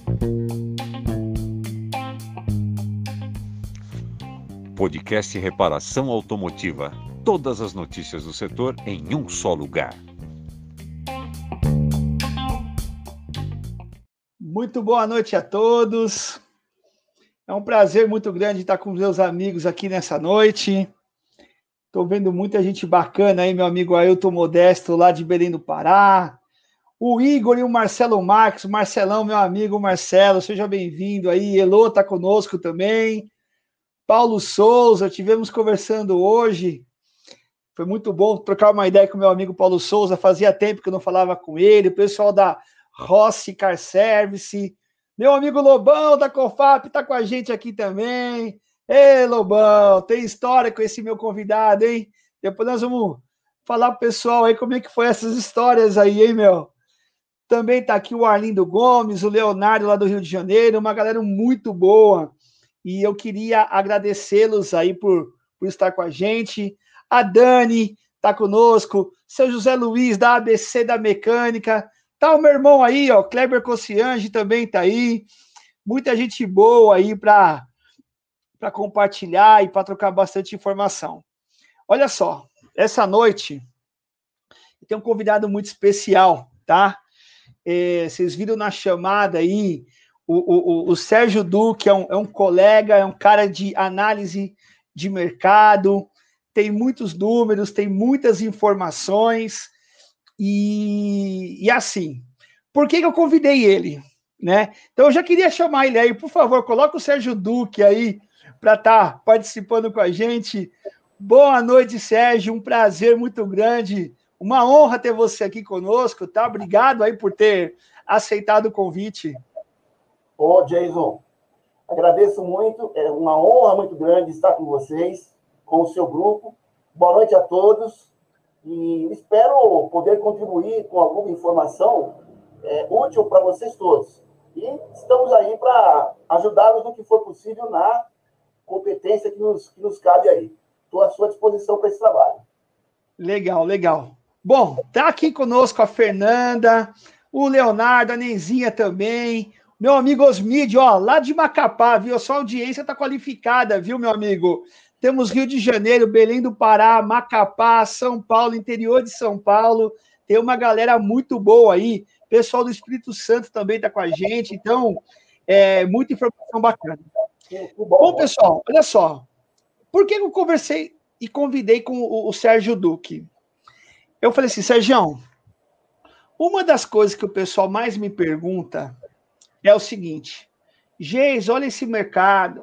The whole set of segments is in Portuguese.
Podcast Reparação Automotiva. Todas as notícias do setor em um só lugar. Muito boa noite a todos. É um prazer muito grande estar com meus amigos aqui nessa noite. Estou vendo muita gente bacana aí, meu amigo Ailton Modesto, lá de Belém do Pará. O Igor e o Marcelo Marques. Marcelão, meu amigo Marcelo, seja bem-vindo aí. Elô está conosco também. Paulo Souza, tivemos conversando hoje. Foi muito bom trocar uma ideia com o meu amigo Paulo Souza. Fazia tempo que eu não falava com ele. O pessoal da Rossi Car Service. Meu amigo Lobão da Cofap está com a gente aqui também. Ei, Lobão, tem história com esse meu convidado, hein? Depois nós vamos falar pro pessoal aí como é que foi essas histórias aí, hein, meu? Também está aqui o Arlindo Gomes, o Leonardo lá do Rio de Janeiro, uma galera muito boa. E eu queria agradecê-los aí por estar com a gente. A Dani está conosco, seu José Luiz, da ABC da Mecânica. Tá o meu irmão aí, ó, Kleber Cossiange também tá aí. Muita gente boa aí para compartilhar e para trocar bastante informação. Olha só, essa noite tem um convidado muito especial, tá? Vocês viram na chamada aí, o Sérgio Duque é um colega, é um cara de análise de mercado, tem muitos números, tem muitas informações, e assim, por que eu convidei ele, né? Então eu já queria chamar ele aí, por favor, coloca o Sérgio Duque aí para estar participando com a gente. Boa noite, Sérgio, um prazer muito grande, uma honra ter você aqui conosco, tá? Obrigado aí por ter aceitado o convite. Ô, Jason, agradeço muito, é uma honra muito grande estar com vocês, com o seu grupo. Boa noite a todos e espero poder contribuir com alguma informação útil para vocês todos. E estamos aí para ajudá-los no que for possível na competência que nos cabe aí. Estou à sua disposição para esse trabalho. Legal, legal. Bom, tá aqui conosco a Fernanda, o Leonardo, a Nenzinha também, meu amigo Osmídio, ó, lá de Macapá, viu? A sua audiência tá qualificada, viu, meu amigo? Temos Rio de Janeiro, Belém do Pará, Macapá, São Paulo, interior de São Paulo. Tem uma galera muito boa aí. Pessoal do Espírito Santo também está com a gente. Então, muita informação bacana. Bom, pessoal, olha só. Por que eu conversei e convidei com o Sérgio Duque? Eu falei assim, Sérgio, uma das coisas que o pessoal mais me pergunta é o seguinte, Geison, olha esse mercado.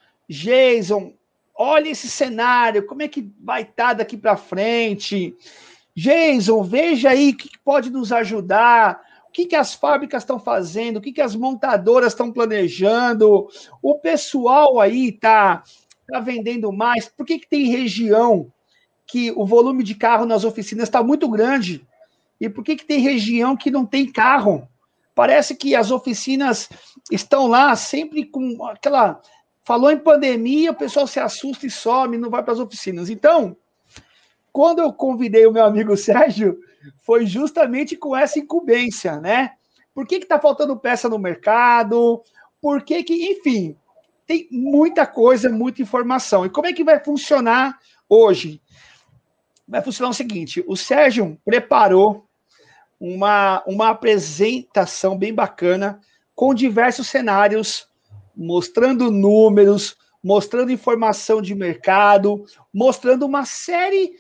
Geison, olha esse cenário, como é que vai estar daqui para frente? Geison, veja aí o que pode nos ajudar, o que as fábricas estão fazendo, o que as montadoras estão planejando, o pessoal aí está vendendo mais, por que tem região que o volume de carro nas oficinas está muito grande, e por que tem região que não tem carro? Parece que as oficinas estão lá sempre com aquela... Falou em pandemia, o pessoal se assusta e some, não vai para as oficinas. Então, quando eu convidei o meu amigo Sérgio, foi justamente com essa incumbência, né? Por que está faltando peça no mercado? Por que, enfim, tem muita coisa, muita informação. E como é que vai funcionar hoje? Vai funcionar o seguinte, o Sérgio preparou uma apresentação bem bacana, com diversos cenários, mostrando números, mostrando informação de mercado, mostrando uma série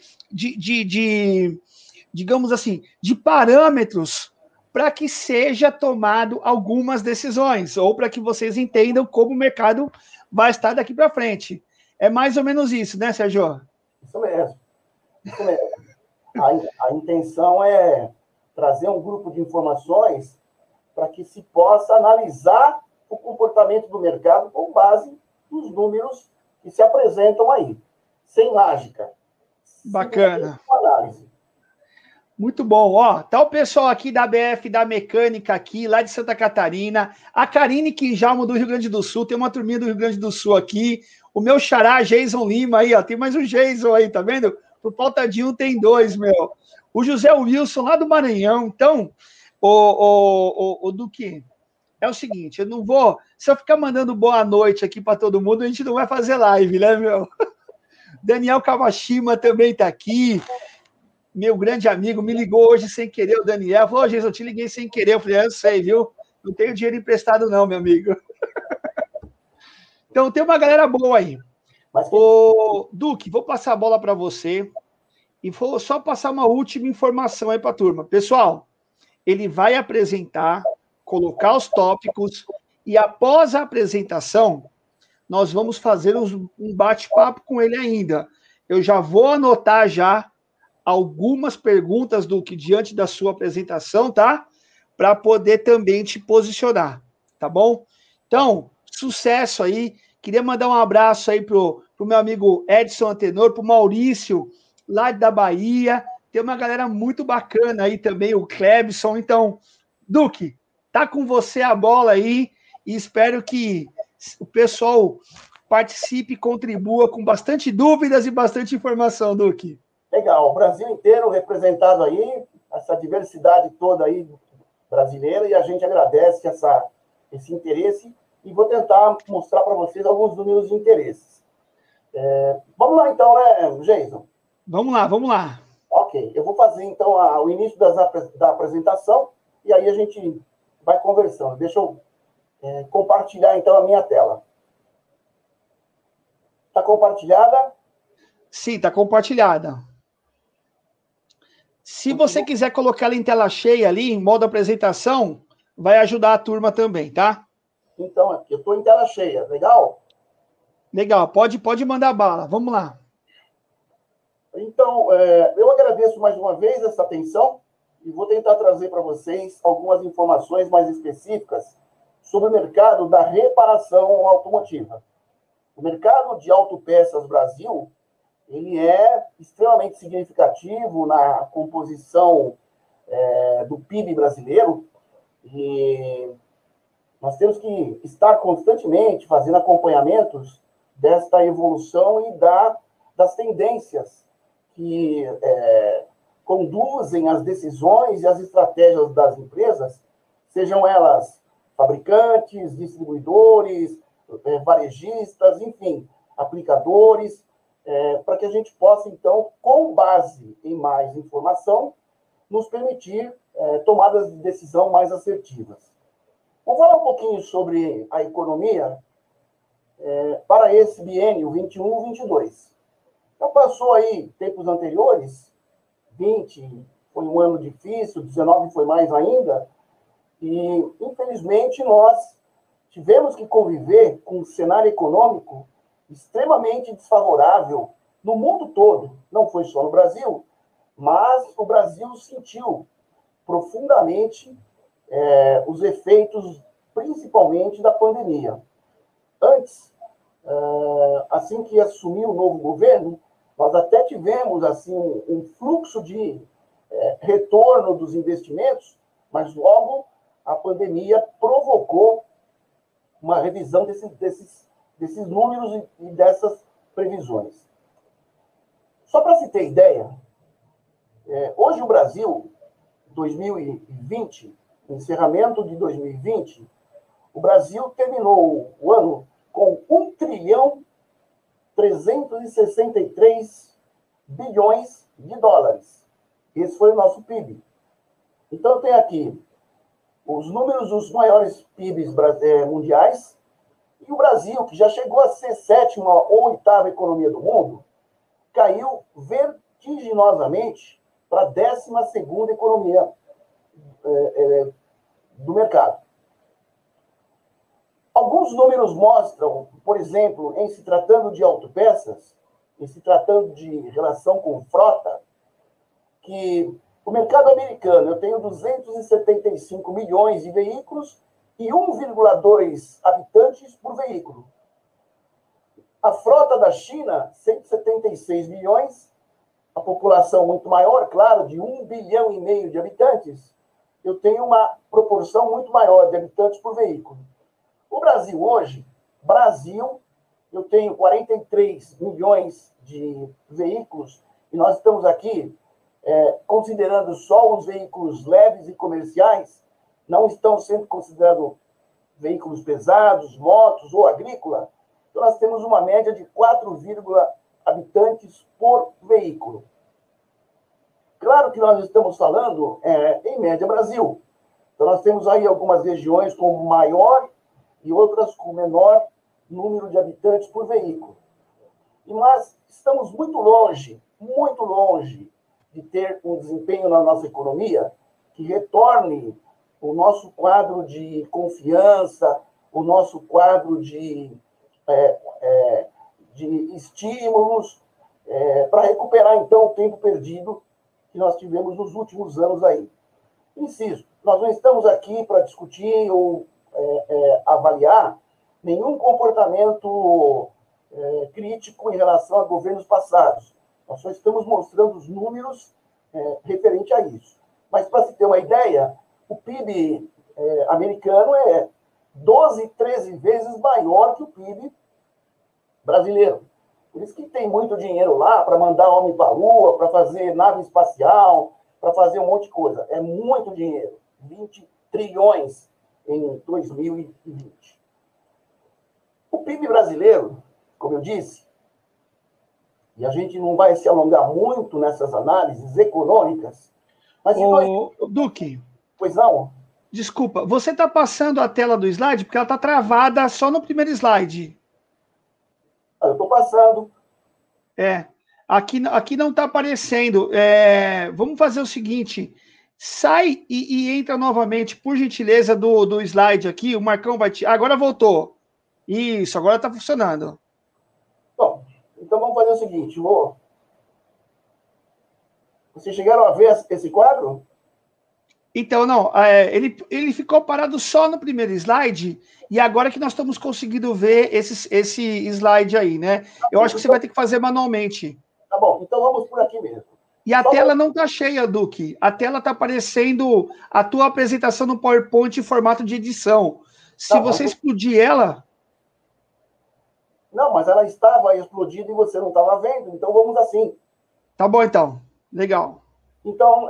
digamos assim, de parâmetros para que seja tomado algumas decisões, ou para que vocês entendam como o mercado vai estar daqui para frente. É mais ou menos isso, né, Sérgio? Isso mesmo. Isso mesmo. A intenção é trazer um grupo de informações para que se possa analisar o comportamento do mercado com base nos números que se apresentam aí. Sem mágica. Bacana. Sem análise. Muito bom. Ó, tá o pessoal aqui da BF da Mecânica aqui, lá de Santa Catarina. A Karine Quinjalmo do Rio Grande do Sul. Tem uma turminha do Rio Grande do Sul aqui. O meu xará, Geison Lima aí, ó. Tem mais um Geison aí, tá vendo? Por falta de um, tem dois, meu. O José Wilson, lá do Maranhão. Então, o Duque, é o seguinte, eu não vou... Se eu ficar mandando boa noite aqui para todo mundo, a gente não vai fazer live, né, meu? Daniel Kawashima também está aqui, meu grande amigo, me ligou hoje sem querer, o Daniel, falou, Jesus, eu te liguei sem querer, eu falei, eu sei, viu? Não tenho dinheiro emprestado não, meu amigo. Então, tem uma galera boa aí. Ô, Duque, vou passar a bola para você e vou só passar uma última informação aí para a turma. Pessoal, ele vai apresentar, colocar os tópicos e após a apresentação, nós vamos fazer um bate-papo com ele ainda. Eu já vou anotar já algumas perguntas, Duque, diante da sua apresentação, tá? Para poder também te posicionar, tá bom? Então, sucesso aí. Queria mandar um abraço aí pro meu amigo Edson Antenor, pro Maurício, lá da Bahia. Tem uma galera muito bacana aí também, o Clebson. Então, Duque, tá com você a bola aí e espero que o pessoal participe e contribua com bastante dúvidas e bastante informação, Duque. Legal, o Brasil inteiro representado aí, essa diversidade toda aí brasileira, e a gente agradece esse interesse e vou tentar mostrar para vocês alguns números de interesses. Vamos lá então, né, Jason? Vamos lá. Ok, eu vou fazer então o início da apresentação e aí a gente vai conversando. Deixa eu compartilhar então a minha tela. Está compartilhada? Sim, está compartilhada. Se você quiser colocar ela em tela cheia ali, em modo apresentação, vai ajudar a turma também, tá? Então, eu estou em tela cheia, legal? Legal, pode mandar bala, vamos lá. Então, eu agradeço mais uma vez essa atenção e vou tentar trazer para vocês algumas informações mais específicas sobre o mercado da reparação automotiva. O mercado de autopeças Brasil, ele é extremamente significativo na composição do PIB brasileiro e nós temos que estar constantemente fazendo acompanhamentos desta evolução e das tendências que conduzem as decisões e as estratégias das empresas, sejam elas fabricantes, distribuidores, varejistas, enfim, aplicadores, para que a gente possa, então, com base em mais informação, nos permitir tomadas de decisão mais assertivas. Vamos falar um pouquinho sobre a economia para esse biênio 21-22. Já passou aí tempos anteriores, 20 foi um ano difícil, 19 foi mais ainda, e, infelizmente, nós tivemos que conviver com um cenário econômico extremamente desfavorável no mundo todo. Não foi só no Brasil, mas o Brasil sentiu profundamente os efeitos, principalmente, da pandemia. Antes, assim que assumiu o novo governo, nós até tivemos assim, um fluxo de retorno dos investimentos, mas logo a pandemia provocou uma revisão desses números e dessas previsões. Só para se ter ideia, hoje o Brasil, 2020, encerramento de 2020, o Brasil terminou o ano com 1.363 bilhões de dólares. Esse foi o nosso PIB. Então, eu tenho aqui os números dos maiores PIBs mundiais, e o Brasil, que já chegou a ser 7ª ou 8ª economia do mundo, caiu vertiginosamente para a 12ª economia do mercado. Alguns números mostram, por exemplo, em se tratando de autopeças, em se tratando de relação com frota, que o mercado americano, eu tenho 275 milhões de veículos e 1,2 habitantes por veículo. A frota da China, 176 milhões, a população muito maior, claro, de 1,5 bilhão de habitantes, eu tenho uma proporção muito maior de habitantes por veículo. O Brasil hoje, eu tenho 43 milhões de veículos, e nós estamos aqui considerando só os veículos leves e comerciais, não estão sendo considerados veículos pesados, motos ou agrícola, então nós temos uma média de 4, habitantes por veículo. Claro que nós estamos falando em média Brasil. Então nós temos aí algumas regiões com maior e outras com menor número de habitantes por veículo. Mas estamos muito longe de ter um desempenho na nossa economia que retorne o nosso quadro de confiança, o nosso quadro de estímulos, para recuperar, então, o tempo perdido que nós tivemos nos últimos anos aí. Insisto, nós não estamos aqui para discutir ou avaliar nenhum comportamento crítico em relação a governos passados. Nós só estamos mostrando os números referente a isso. Mas, para se ter uma ideia, o PIB americano é 12, 13 vezes maior que o PIB brasileiro. Por isso que tem muito dinheiro lá para mandar homem para a Lua, para fazer nave espacial, para fazer um monte de coisa. É muito dinheiro. 20 trilhões em 2020. O PIB brasileiro, como eu disse, e a gente não vai se alongar muito nessas análises econômicas, mas... Duque. Pois não? Desculpa, você está passando a tela do slide porque ela está travada só no primeiro slide. Eu estou passando. Aqui não está aparecendo. Vamos fazer o seguinte, sai e entra novamente, por gentileza, do slide aqui, o Marcão vai te... Agora voltou. Isso, agora está funcionando. Bom, então vamos fazer o seguinte, Vocês chegaram a ver esse quadro? Então, não, ele ficou parado só no primeiro slide, e agora que nós estamos conseguindo ver esse slide aí, né? Eu acho que você vai ter que fazer manualmente. Tá bom, então vamos por aqui mesmo. E a tela não está cheia, Duque. A tela está aparecendo a tua apresentação no PowerPoint em formato de edição. Se você explodir ela... Não, mas ela estava explodida e você não estava vendo, então vamos assim. Tá bom, então. Legal. Então,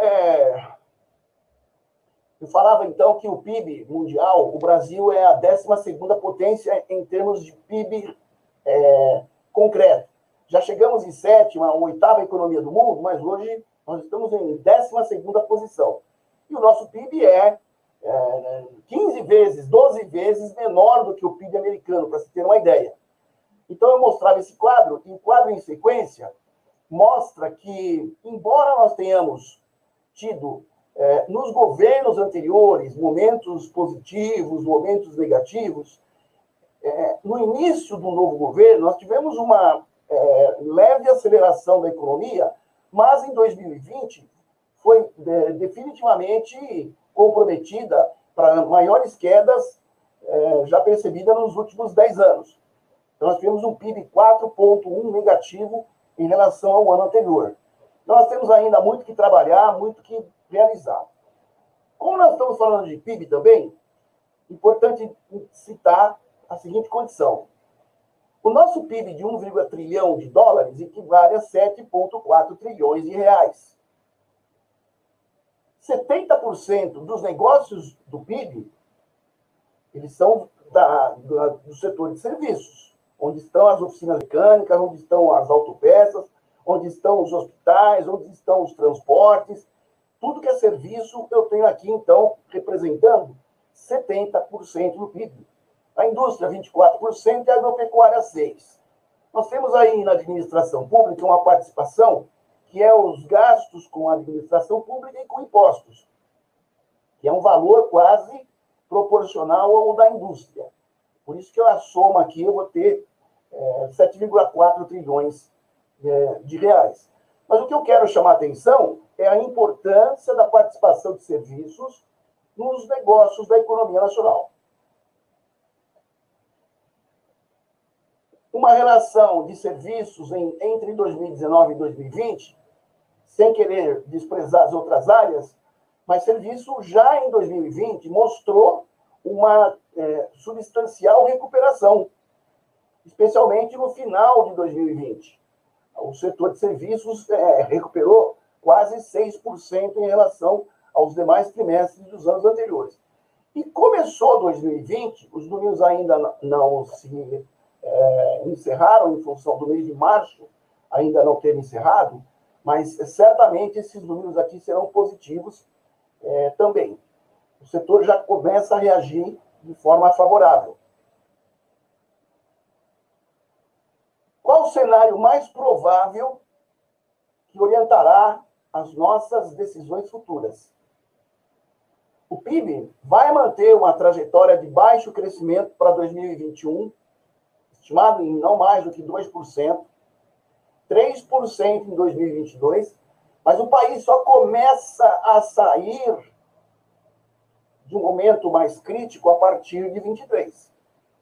eu falava, então, que o PIB mundial, o Brasil é a 12ª potência em termos de PIB concreto. Já chegamos em 7ª, 8ª economia do mundo, mas hoje nós estamos em 12ª posição. E o nosso PIB é 15 vezes, 12 vezes menor do que o PIB americano, para se ter uma ideia. Então, eu mostrava esse quadro, e o quadro em sequência mostra que, embora nós tenhamos tido nos governos anteriores momentos positivos, momentos negativos, no início do novo governo, nós tivemos uma leve aceleração da economia, mas em 2020 foi definitivamente comprometida para maiores quedas já percebidas nos últimos 10 anos. Então, nós tivemos um PIB 4,1 negativo em relação ao ano anterior. Então, nós temos ainda muito que trabalhar, muito que realizar. Como nós estamos falando de PIB também, importante citar a seguinte condição. O nosso PIB de 1,1 trilhão de dólares equivale a 7,4 trilhões de reais. 70% dos negócios do PIB, eles são do setor de serviços, onde estão as oficinas mecânicas, onde estão as autopeças, onde estão os hospitais, onde estão os transportes. Tudo que é serviço, eu tenho aqui, então, representando 70% do PIB. A indústria, 24%, e a agropecuária, 6%. Nós temos aí na administração pública uma participação que é os gastos com a administração pública e com impostos, que é um valor quase proporcional ao da indústria. Por isso que a soma aqui eu vou ter 7,4 trilhões de reais. Mas o que eu quero chamar a atenção é a importância da participação de serviços nos negócios da economia nacional. Uma relação de serviços entre 2019 e 2020, sem querer desprezar as outras áreas, mas serviço já em 2020 mostrou uma substancial recuperação, especialmente no final de 2020. O setor de serviços recuperou quase 6% em relação aos demais trimestres dos anos anteriores. E como Começou 2020, os números ainda não se encerraram em função do mês de março, ainda não ter encerrado, mas certamente esses números aqui serão positivos também. O setor já começa a reagir de forma favorável. Qual o cenário mais provável que orientará as nossas decisões futuras? O PIB vai manter uma trajetória de baixo crescimento para 2021, estimado em não mais do que 2%, 3% em 2022, mas o país só começa a sair de um momento mais crítico a partir de 23.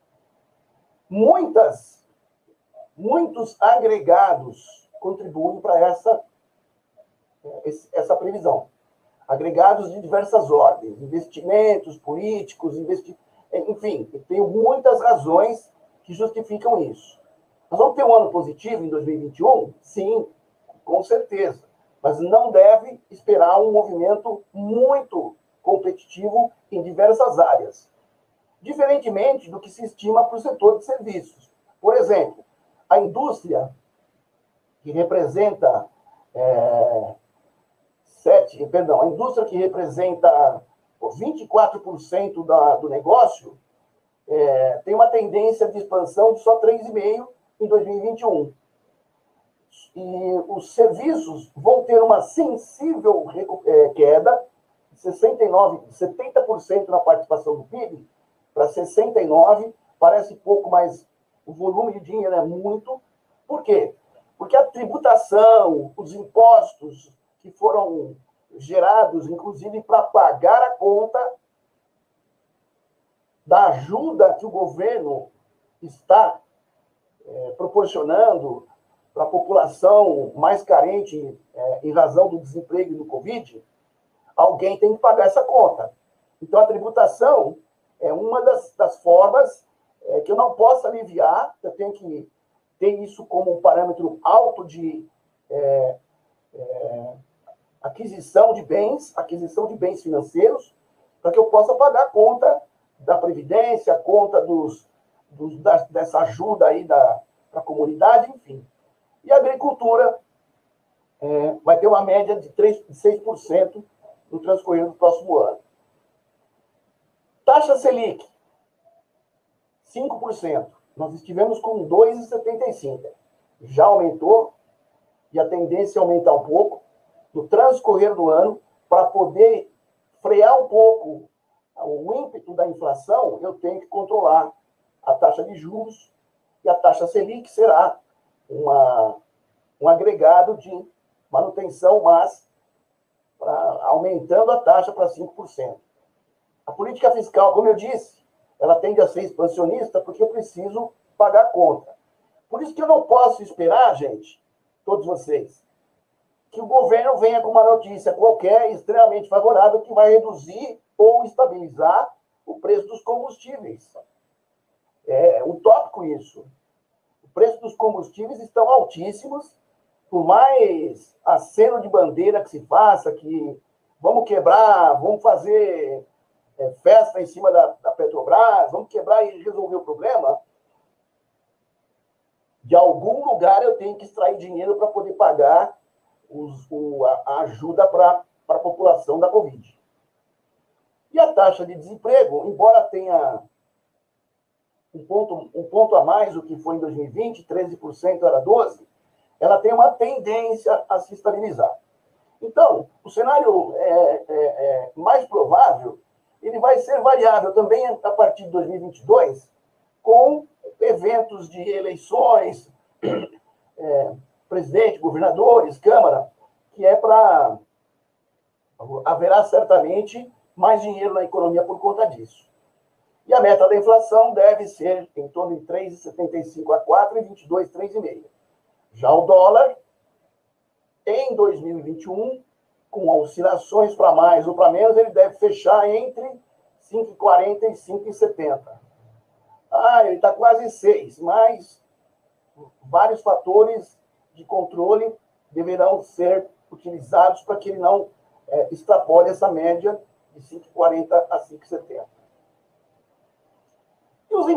Muitos agregados contribuem para essa previsão. Agregados de diversas ordens, investimentos políticos, enfim, tem muitas razões que justificam isso. Nós vamos ter um ano positivo em 2021? Sim, com certeza. Mas não deve esperar um movimento muito competitivo em diversas áreas. Diferentemente do que se estima para o setor de serviços. Por exemplo, a indústria, que representa a indústria que representa 24% do negócio, tem uma tendência de expansão de só 3,5% em 2021. E os serviços vão ter uma sensível queda de 70% na participação do PIB para 69%, parece pouco, mas o volume de dinheiro é muito. Por quê? Porque a tributação, os impostos que foram gerados, inclusive para pagar a conta da ajuda que o governo está proporcionando para a população mais carente em razão do desemprego e do Covid, alguém tem que pagar essa conta. Então, a tributação é uma das formas que eu não posso aliviar, eu tenho que ter isso como um parâmetro alto de aquisição de bens financeiros, para que eu possa pagar a conta da Previdência, a conta dessa ajuda aí para a comunidade, enfim. E a agricultura vai ter uma média de 6% no transcorrer do próximo ano. Taxa Selic, 5%. Nós estivemos com 2,75%. Já aumentou, e a tendência é aumentar um pouco no transcorrer do ano, para poder frear um pouco o ímpeto da inflação. Eu tenho que controlar a taxa de juros, e a taxa Selic será um agregado de manutenção, mas aumentando a taxa para 5%. A política fiscal, como eu disse, ela tende a ser expansionista porque eu preciso pagar a conta. Por isso que eu não posso esperar, gente, todos vocês, que o governo venha com uma notícia qualquer extremamente favorável que vai reduzir ou estabilizar o preço dos combustíveis. É utópico isso. O preço dos combustíveis estão altíssimos, por mais aceno de bandeira que se faça, que vamos quebrar, vamos fazer festa em cima da Petrobras, vamos quebrar e resolver o problema. De algum lugar eu tenho que extrair dinheiro para poder pagar a ajuda para a população da Covid. E a taxa de desemprego, embora tenha um ponto a mais do que foi em 2020, 13% era 12%, ela tem uma tendência a se estabilizar. Então, o cenário mais provável, ele vai ser variável também a partir de 2022, com eventos de eleições, presidente, governadores, Câmara, que haverá certamente mais dinheiro na economia por conta disso. E a meta da inflação deve ser em torno de 3,75 a 4 e 22, 3,5. Já o dólar, em 2021, com oscilações para mais ou para menos, ele deve fechar entre 5,40 e 5,70. Ele está quase 6, mas vários fatores de controle deverão ser utilizados para que ele não extrapole essa média de 5,40 a 5,70.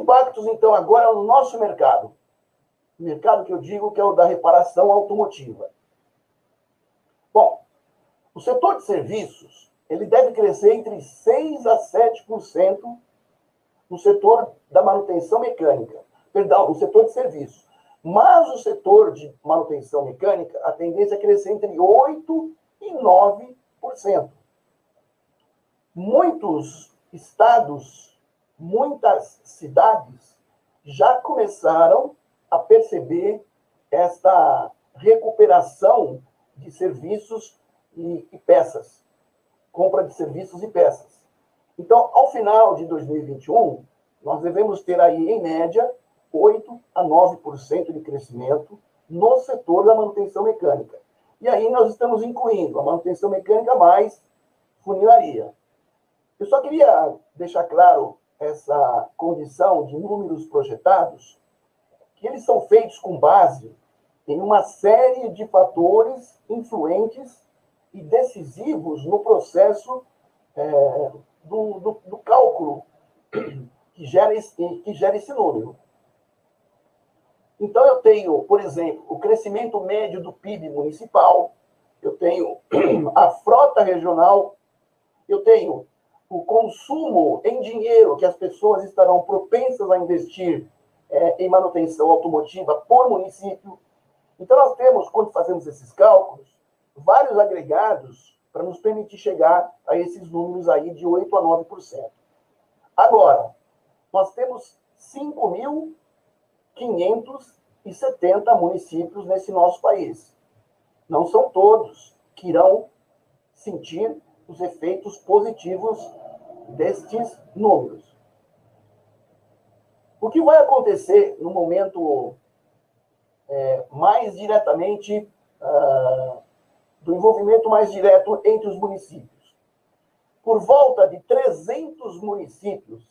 impactos, então, agora no nosso mercado? O mercado que eu digo que é o da reparação automotiva. Bom, o setor de serviços, ele deve crescer entre 6% a 7% no setor da manutenção mecânica. Perdão, no setor de serviços. Mas o setor de manutenção mecânica, a tendência é crescer entre 8% e 9%. Muitos estados, muitas cidades já começaram a perceber esta recuperação de serviços e peças, compra de serviços e peças. Então, ao final de 2021, nós devemos ter aí, em média, 8% a 9% de crescimento no setor da manutenção mecânica. E aí nós estamos incluindo a manutenção mecânica mais funilaria. Eu só queria deixar claro essa condição de números projetados, que eles são feitos com base em uma série de fatores influentes e decisivos no processo do cálculo que gera esse número. Então, eu tenho, por exemplo, o crescimento médio do PIB municipal, eu tenho a frota regional, eu tenho o consumo em dinheiro que as pessoas estarão propensas a investir em manutenção automotiva por município. Então, nós temos, quando fazemos esses cálculos, vários agregados para nos permitir chegar a esses números aí de 8% a 9%. Agora, nós temos 5.570 municípios nesse nosso país. Não são todos que irão sentir os efeitos positivos destes números. O que vai acontecer no momento mais diretamente do envolvimento mais direto entre os municípios? Por volta de 300 municípios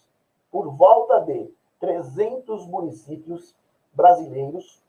brasileiros,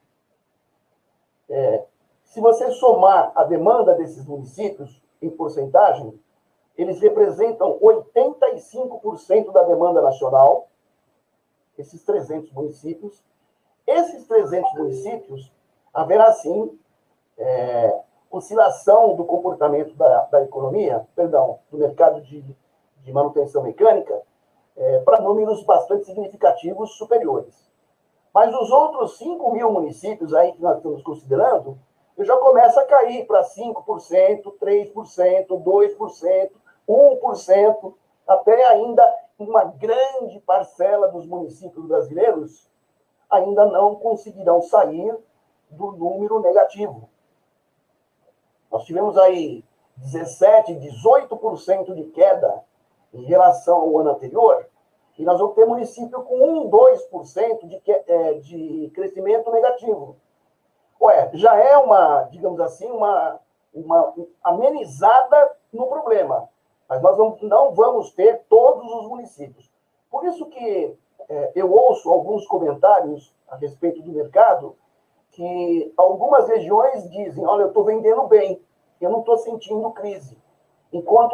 se você somar a demanda desses municípios em porcentagem, eles representam 85% da demanda nacional, esses 300 municípios. Esses 300 municípios, haverá sim oscilação do comportamento da economia, do mercado de manutenção mecânica, para números bastante significativos superiores. Mas os outros 5.000 municípios aí que nós estamos considerando, eu já começa a cair para 5%, 3%, 2%, 1%, até ainda uma grande parcela dos municípios brasileiros ainda não conseguirão sair do número negativo. Nós tivemos aí 17%, 18% de queda em relação ao ano anterior, e nós vamos ter município com 1%, 2% de crescimento negativo. Já é digamos assim, uma amenizada no problema, mas nós não vamos ter todos os municípios. Por isso que eu ouço alguns comentários a respeito do mercado, que algumas regiões dizem, olha, eu estou vendendo bem, eu não estou sentindo crise. Enquanto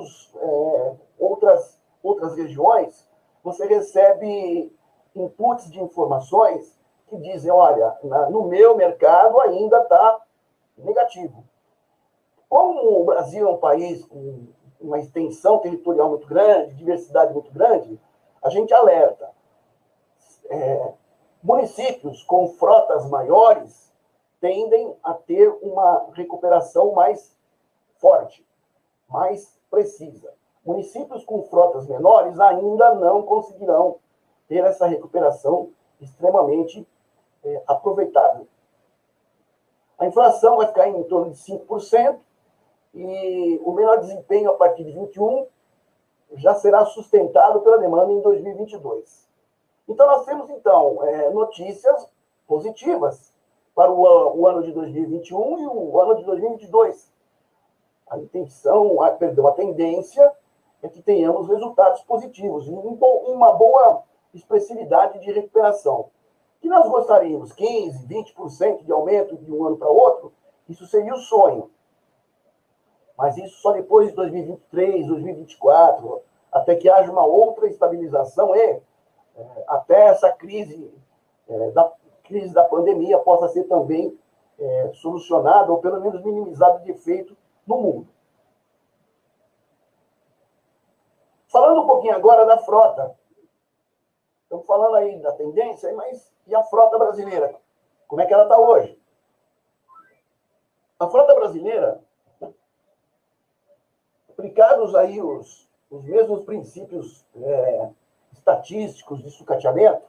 outras regiões, você recebe inputs de informações que dizem, olha, no meu mercado ainda está negativo. Como o Brasil é um país com uma extensão territorial muito grande, diversidade muito grande, a gente alerta. Municípios com frotas maiores tendem a ter uma recuperação mais forte, mais precisa. Municípios com frotas menores ainda não conseguirão ter essa recuperação extremamente aproveitável. A inflação vai ficar em torno de 5% e o menor desempenho a partir de 21 já será sustentado pela demanda em 2022. Então, nós temos, notícias positivas para o ano de 2021 e o ano de 2022. A tendência é que tenhamos resultados positivos, uma boa expressividade de recuperação. Que nós gostaríamos, 15%, 20% de aumento de um ano para outro, isso seria o sonho. Mas isso só depois de 2023, 2024, até que haja uma outra estabilização e até essa crise da pandemia possa ser também solucionada, ou pelo menos minimizado de efeito no mundo. Falando um pouquinho agora da frota. Estamos falando aí da tendência, mas e a frota brasileira? Como é que ela está hoje? A frota brasileira, aplicados aí os mesmos princípios estatísticos de sucateamento,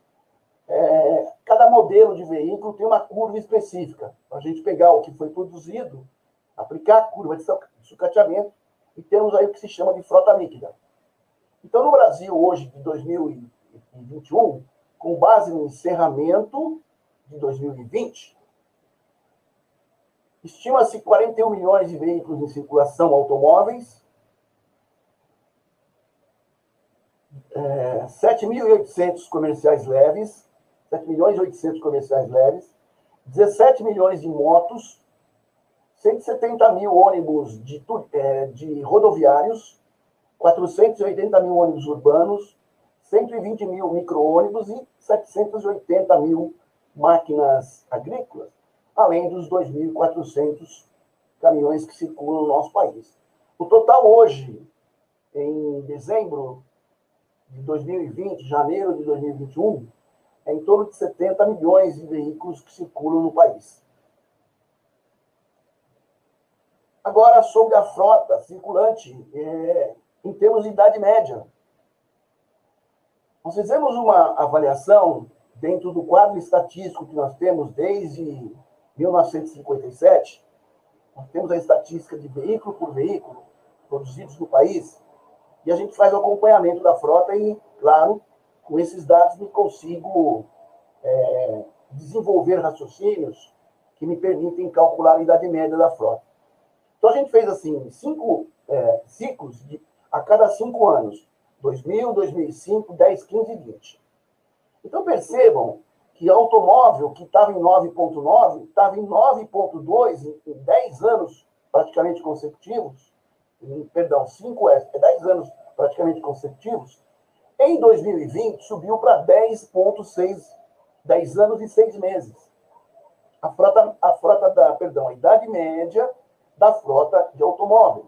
cada modelo de veículo tem uma curva específica, para a gente pegar o que foi produzido, aplicar a curva de sucateamento, e temos aí o que se chama de frota líquida. Então, no Brasil, hoje, de 2021, com base no encerramento de 2020, estima-se 41 milhões de veículos em circulação automóveis, 7.800 comerciais leves, 7 milhões e 800 comerciais leves, 17 milhões de motos, 170 mil ônibus de rodoviários, 480 mil ônibus urbanos, 120 mil micro-ônibus e 780 mil máquinas agrícolas, além dos 2.400 caminhões que circulam no nosso país. O total hoje, em dezembro de 2020, janeiro de 2021, é em torno de 70 milhões de veículos que circulam no país. Agora, sobre a frota circulante, em termos de idade média. Nós fizemos uma avaliação dentro do quadro estatístico que nós temos desde 1957. Nós temos a estatística de veículo por veículo produzidos no país, e a gente faz o acompanhamento da frota e, claro, com esses dados eu consigo desenvolver raciocínios que me permitem calcular a idade média da frota. Então, a gente fez assim 5 ciclos a cada 5 anos, 2000, 2005, 10, 15 e 20. Então, percebam que automóvel que estava em 9,9, estava em 9,2 em 10 anos praticamente consecutivos, perdão, 10 anos praticamente consecutivos. Em 2020, subiu para 10,6, 10 anos e 6 meses. A idade média da frota de automóveis.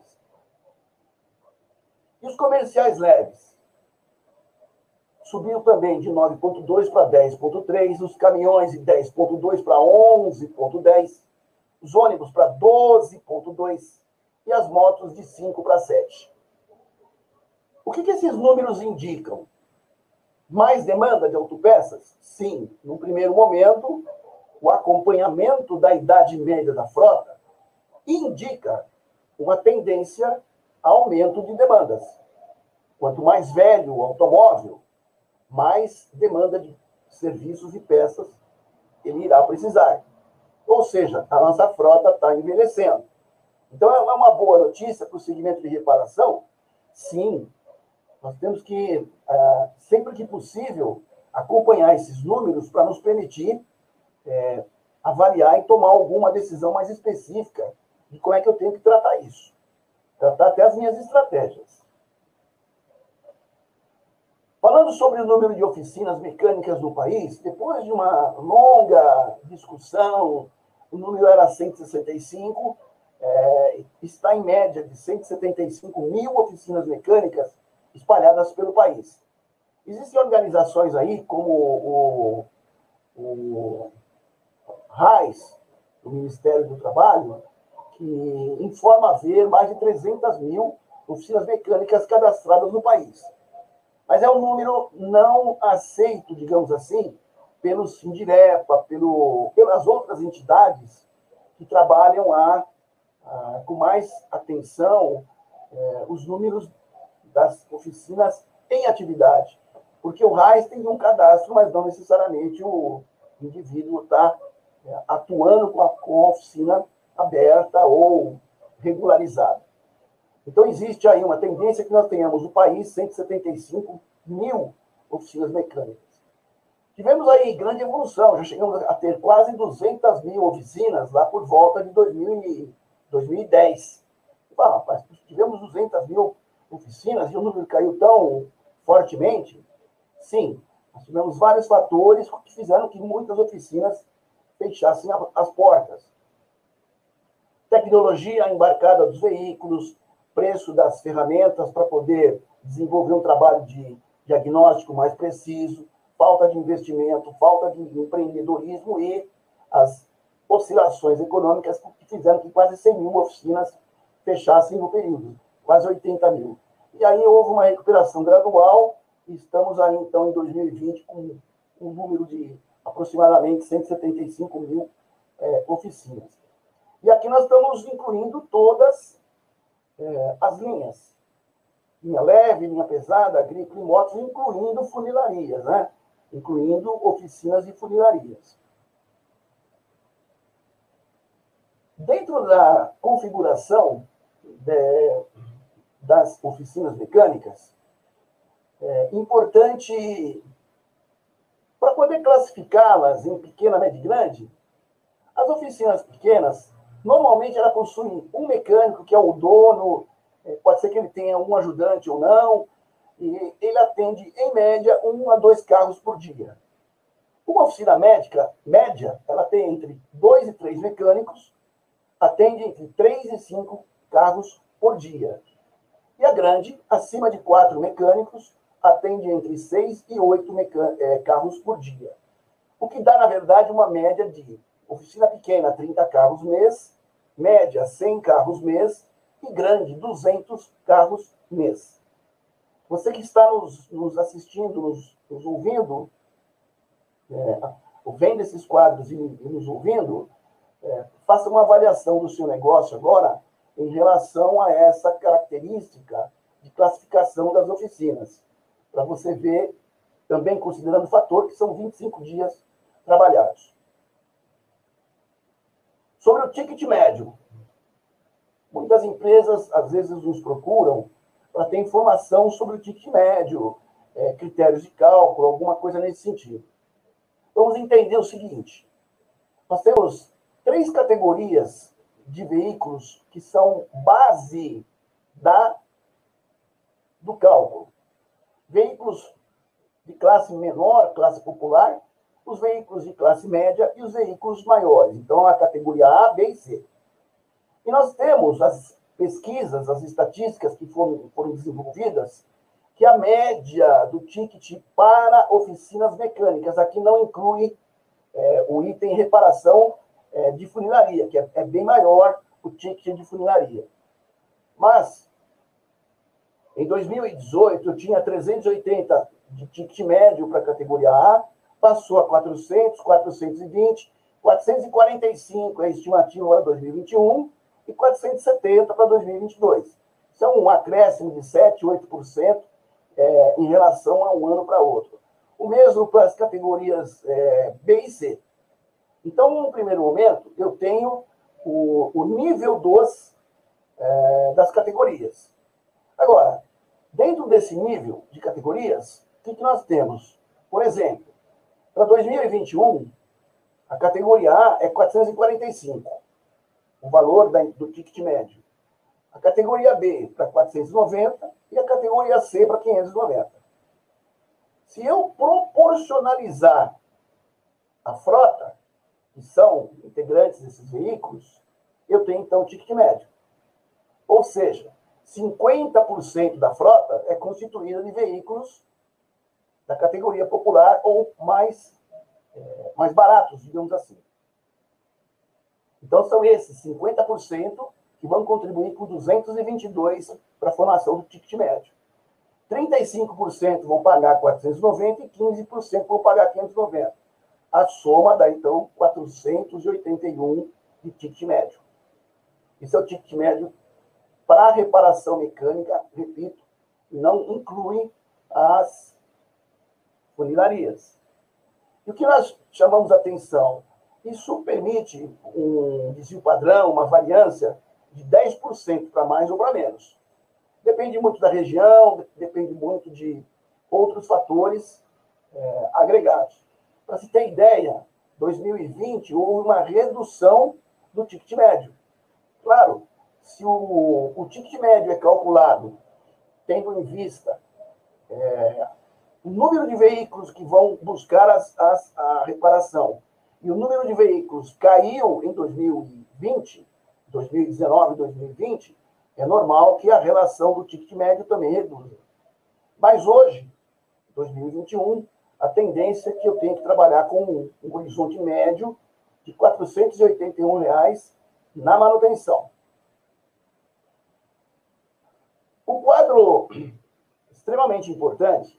E os comerciais leves? Subiu também de 9,2 para 10,3, os caminhões de 10,2 para 11,10, os ônibus para 12,2 e as motos de 5 para 7. O que esses números indicam? Mais demanda de autopeças? Sim. No primeiro momento, o acompanhamento da idade média da frota indica uma tendência a aumento de demandas. Quanto mais velho o automóvel, mais demanda de serviços e peças ele irá precisar. Ou seja, a nossa frota está envelhecendo. Então, é uma boa notícia para o segmento de reparação? Sim. Nós temos que, sempre que possível, acompanhar esses números para nos permitir avaliar e tomar alguma decisão mais específica de como é que eu tenho que tratar isso. Tratar até as minhas estratégias. Falando sobre o número de oficinas mecânicas no país, depois de uma longa discussão, o número era 165, está em média de 175 mil oficinas mecânicas espalhadas pelo país. Existem organizações aí, como o RAIS, o Ministério do Trabalho, que informa haver mais de 300 mil oficinas mecânicas cadastradas no país. Mas é um número não aceito, digamos assim, pelo Sindirepa, pelas outras entidades que trabalham com mais atenção os números das oficinas em atividade. Porque o RAIS tem um cadastro, mas não necessariamente o indivíduo está atuando com a oficina aberta ou regularizada. Então, existe aí uma tendência que nós tenhamos no país 175 mil oficinas mecânicas. Tivemos aí grande evolução, já chegamos a ter quase 200 mil oficinas lá por volta de 2010. Mas tivemos 200 mil oficinas e o número caiu tão fortemente. Sim, nós tivemos vários fatores que fizeram que muitas oficinas fechassem as portas. Tecnologia embarcada dos veículos, preço das ferramentas para poder desenvolver um trabalho de diagnóstico mais preciso, falta de investimento, falta de empreendedorismo e as oscilações econômicas que fizeram que quase 100 mil oficinas fechassem no período, quase 80 mil. E aí houve uma recuperação gradual e estamos aí, então, em 2020, com um número de aproximadamente 175 mil oficinas. E aqui nós estamos incluindo todas as linhas. Linha leve, linha pesada, agrícola e motos, incluindo funilarias, né? Incluindo oficinas e funilarias. Dentro da configuração das oficinas mecânicas, é importante, para poder classificá-las em pequena, média e grande, as oficinas pequenas, normalmente elas possuem um mecânico, que é o dono, pode ser que ele tenha um ajudante ou não, e ele atende, em média, 1 a 2 carros por dia. Uma oficina média, ela tem entre 2 e 3 mecânicos, atende entre 3 e 5 carros por dia. E a grande, acima de 4 mecânicos, atende entre 6 e 8 carros por dia. O que dá, na verdade, uma média de oficina pequena, 30 carros mês, média, 100 carros mês, e grande, 200 carros mês. Você que está nos assistindo, nos ouvindo, vendo esses quadros e nos ouvindo, faça uma avaliação do seu negócio agora em relação a essa característica de classificação das oficinas, para você ver, também considerando o fator que são 25 dias trabalhados. Sobre o ticket médio. Muitas empresas, às vezes, nos procuram para ter informação sobre o ticket médio, critérios de cálculo, alguma coisa nesse sentido. Vamos entender o seguinte. Nós temos 3 categorias de veículos que são base do cálculo. Veículos de classe menor, classe popular, os veículos de classe média e os veículos maiores. Então, a categoria A, B e C. E nós temos as pesquisas, as estatísticas que foram desenvolvidas, que a média do ticket para oficinas mecânicas, aqui não inclui o item reparação de funilaria, que é bem maior o ticket de funilaria. Mas, em 2018, eu tinha 380 de ticket médio para a categoria A, passou a 400, 420, 445 é a estimativa para 2021 e 470 para 2022. Isso é um acréscimo de 7, 8% em relação a um ano para outro. O mesmo para as categorias B e C. Então, no primeiro momento, eu tenho o nível das categorias. Agora, dentro desse nível de categorias, o que nós temos? Por exemplo, para 2021, a categoria A é 445, o valor do ticket médio. A categoria B para 490 e a categoria C para 590. Se eu proporcionalizar a frota, que são integrantes desses veículos, eu tenho, então, o ticket médio. Ou seja, 50% da frota é constituída de veículos da categoria popular ou mais baratos, digamos assim. Então, são esses 50% que vão contribuir com 222 para a formação do ticket médio. 35% vão pagar 490 e 15% vão pagar 590. A soma dá, então, 481 de ticket médio. Isso é o ticket médio para reparação mecânica, repito, não inclui as funilarias. E o que nós chamamos a atenção? Isso permite um desvio padrão, uma variância de 10% para mais ou para menos. Depende muito da região, depende muito de outros fatores agregados. Para se ter ideia, 2020 houve uma redução do ticket médio. Claro, se o ticket médio é calculado tendo em vista o número de veículos que vão buscar a reparação e o número de veículos caiu em 2020, 2019, 2020, é normal que a relação do ticket médio também reduza. Mas hoje, 2021, a tendência é que eu tenho que trabalhar com um horizonte médio de R$ 481 na manutenção. O quadro extremamente importante,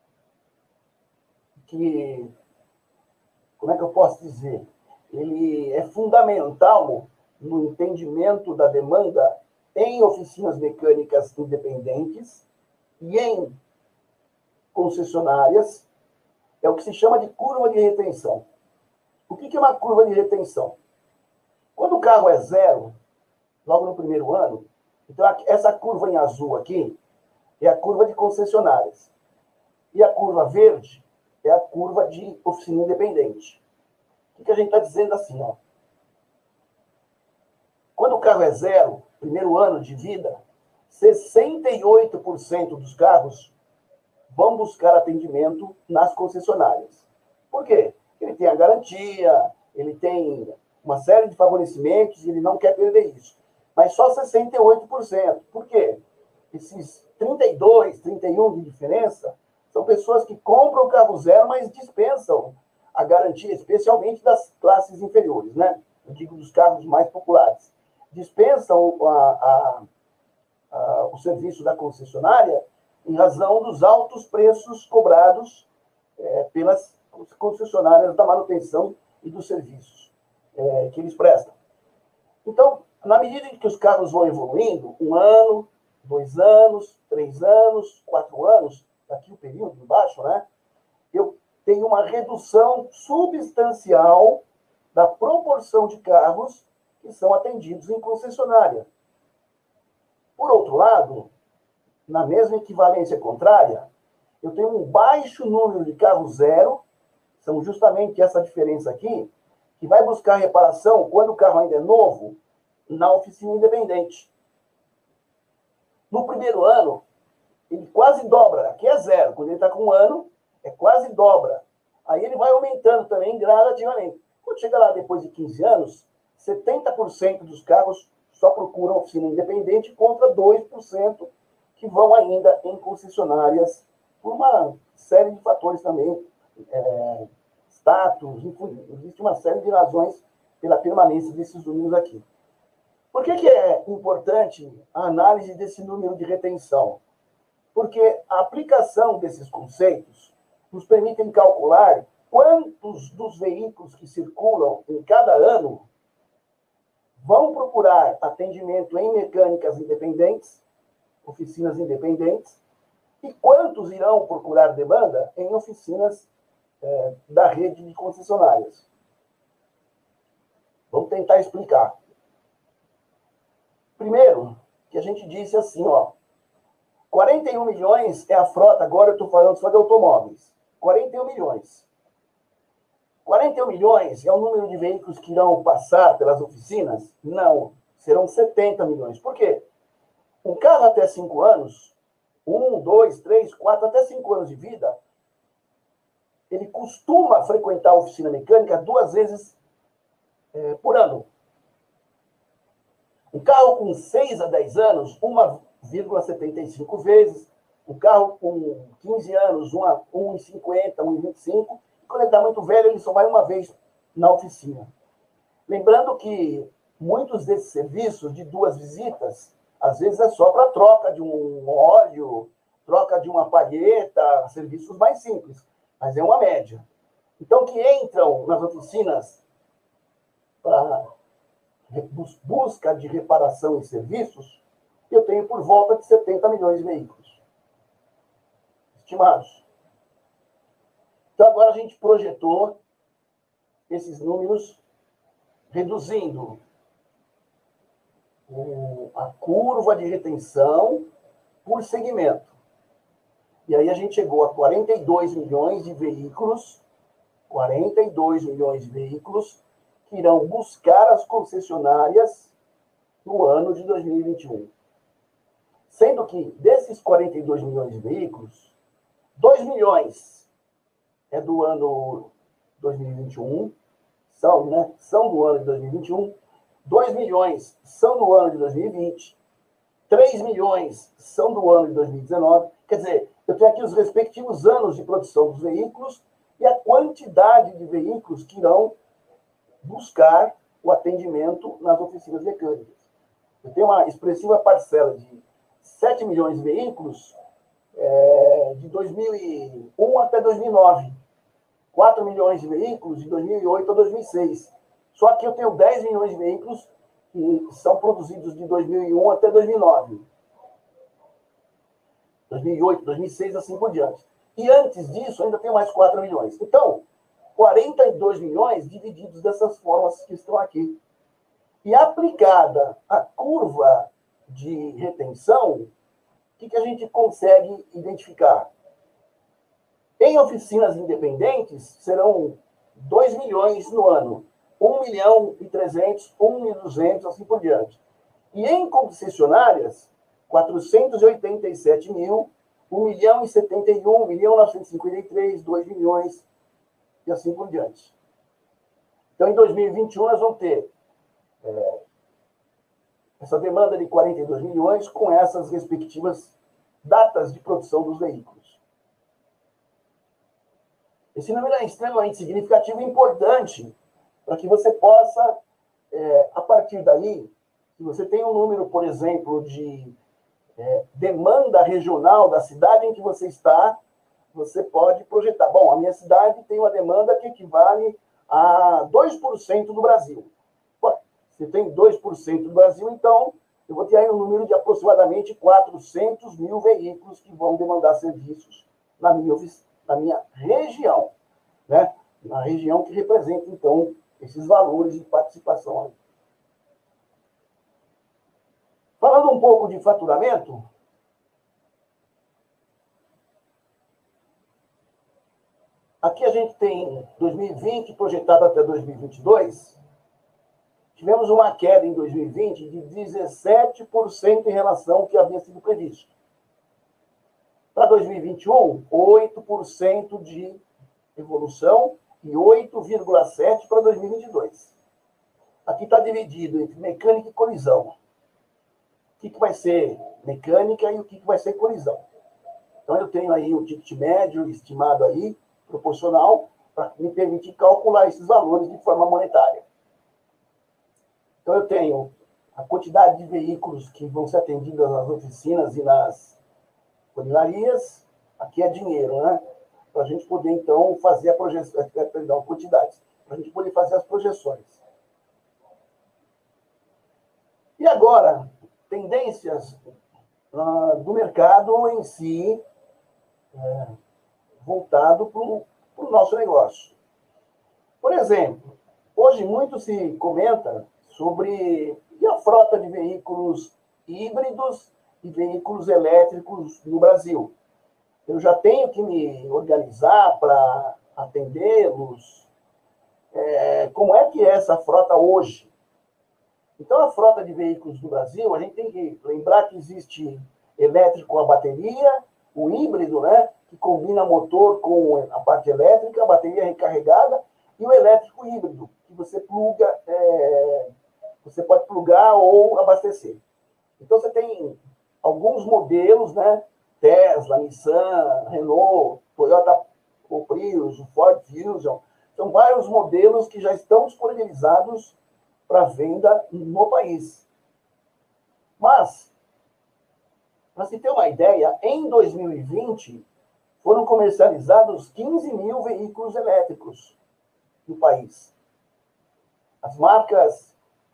que, como é que eu posso dizer? Ele é fundamental no entendimento da demanda em oficinas mecânicas independentes e em concessionárias, é o que se chama de curva de retenção. O que é uma curva de retenção? Quando o carro é zero, logo no primeiro ano, então essa curva em azul aqui é a curva de concessionárias. E a curva verde é a curva de oficina independente. O que a gente está dizendo assim, ó? Quando o carro é zero, primeiro ano de vida, 68% dos carros vão buscar atendimento nas concessionárias. Por quê? Ele tem a garantia, ele tem uma série de favorecimentos e ele não quer perder isso. Mas só 68%. Por quê? Esses 32, 31 de diferença são pessoas que compram o carro zero, mas dispensam a garantia, especialmente das classes inferiores, né? Eu digo dos carros mais populares. Dispensam o serviço da concessionária em razão dos altos preços cobrados pelas concessionárias da manutenção e dos serviços que eles prestam. Então, na medida em que os carros vão evoluindo, 1 ano, 2 anos, 3 anos, 4 anos, aqui o período embaixo, né? Eu tenho uma redução substancial da proporção de carros que são atendidos em concessionária. Por outro lado, na mesma equivalência contrária, eu tenho um baixo número de carros zero, são justamente essa diferença aqui, que vai buscar reparação quando o carro ainda é novo, na oficina independente. No primeiro ano, ele quase dobra, aqui é zero, quando ele está com 1 ano, é quase dobra. Aí ele vai aumentando também gradativamente. Quando chega lá depois de 15 anos, 70% dos carros só procuram oficina independente contra 2% que vão ainda em concessionárias por uma série de fatores também, status, enfim, existe uma série de razões pela permanência desses números aqui. Por que é importante a análise desse número de retenção? Porque a aplicação desses conceitos nos permitem calcular quantos dos veículos que circulam em cada ano vão procurar atendimento em mecânicas independentes, oficinas independentes, e quantos irão procurar demanda em oficinas da rede de concessionárias. Vamos tentar explicar. Primeiro, que a gente disse assim, ó, 41 milhões é a frota, agora eu estou falando só de automóveis. 41 milhões. 41 milhões é o número de veículos que irão passar pelas oficinas? Não, serão 70 milhões. Por quê? Um carro até 5 anos, 1, 2, 3, 4, até 5 anos de vida, ele costuma frequentar a oficina mecânica 2 vezes por ano. Um carro com 6 a 10 anos, 1,75 vezes. Um carro com 15 anos, 1,50, 1,25. E quando ele está muito velho, ele só vai 1 vez na oficina. Lembrando que muitos desses serviços de 2 visitas, às vezes é só para troca de um óleo, troca de uma palheta, serviços mais simples. Mas é uma média. Então, que entram nas oficinas para busca de reparação e serviços, eu tenho por volta de 70 milhões de veículos estimados. Então, agora a gente projetou esses números, reduzindo a curva de retenção por segmento. E aí a gente chegou a 42 milhões de veículos, 42 milhões de veículos que irão buscar as concessionárias no ano de 2021. Sendo que, desses 42 milhões de veículos, 2 milhões é do ano 2021, são do ano de 2021, 2 milhões são do ano de 2020, 3 milhões são do ano de 2019. Quer dizer, eu tenho aqui os respectivos anos de produção dos veículos e a quantidade de veículos que irão buscar o atendimento nas oficinas mecânicas. Eu tenho uma expressiva parcela de 7 milhões de veículos de 2001 até 2009. 4 milhões de veículos de 2008 a 2006. Só que eu tenho 10 milhões de veículos que são produzidos de 2001 até 2009. 2008, 2006, assim por diante. E antes disso, ainda tem mais 4 milhões. Então, 42 milhões divididos dessas formas que estão aqui. E aplicada a curva de retenção, o que a gente consegue identificar? Em oficinas independentes, serão 2 milhões no ano. 1 milhão e 300, 1 milhão e 200, assim por diante. E em concessionárias, 487 mil, 1 milhão e 71, 1 milhão e 953, 2 milhões, e assim por diante. Então, em 2021, nós vamos ter essa demanda de 42 milhões com essas respectivas datas de produção dos veículos. Esse número é extremamente significativo e importante para que você possa, a partir daí, se você tem um número, por exemplo, de demanda regional da cidade em que você está, você pode projetar. Bom, a minha cidade tem uma demanda que equivale a 2% do Brasil. Bom, se tem 2% do Brasil, então eu vou ter aí um número de aproximadamente 400 mil veículos que vão demandar serviços na minha região, né? Na região que representa, então, esses valores de participação aí. Falando um pouco de faturamento, aqui a gente tem 2020 projetado até 2022. Tivemos uma queda em 2020 de 17% em relação ao que havia sido previsto. Para 2021, 8% de evolução e 8,7% para 2022. Aqui está dividido entre mecânica e colisão. O que vai ser mecânica e o que vai ser colisão. Então, eu tenho aí o ticket médio estimado aí, proporcional, para me permitir calcular esses valores de forma monetária. Então, eu tenho a quantidade de veículos que vão ser atendidos nas oficinas e nas funilarias. Aqui é dinheiro, né? Para a gente poder, então, fazer a projeção, quantidades, para a gente poder fazer as projeções. E agora, tendências do mercado em si, voltado para o nosso negócio. Por exemplo, hoje muito se comenta sobre a frota de veículos híbridos e veículos elétricos no Brasil. Eu já tenho que me organizar para atendê-los. Como é que é essa frota hoje? Então, a frota de veículos no Brasil, a gente tem que lembrar que existe elétrico a bateria, o híbrido, né, que combina motor com a parte elétrica, a bateria recarregada, e o elétrico híbrido, que você pluga, você pode plugar ou abastecer. Então, você tem alguns modelos, né, Tesla, Nissan, Renault, Toyota Prius, Ford Fusion, são vários modelos que já estão disponibilizados para venda no país. Mas, para se ter uma ideia, em 2020, foram comercializados 15 mil veículos elétricos no país. As marcas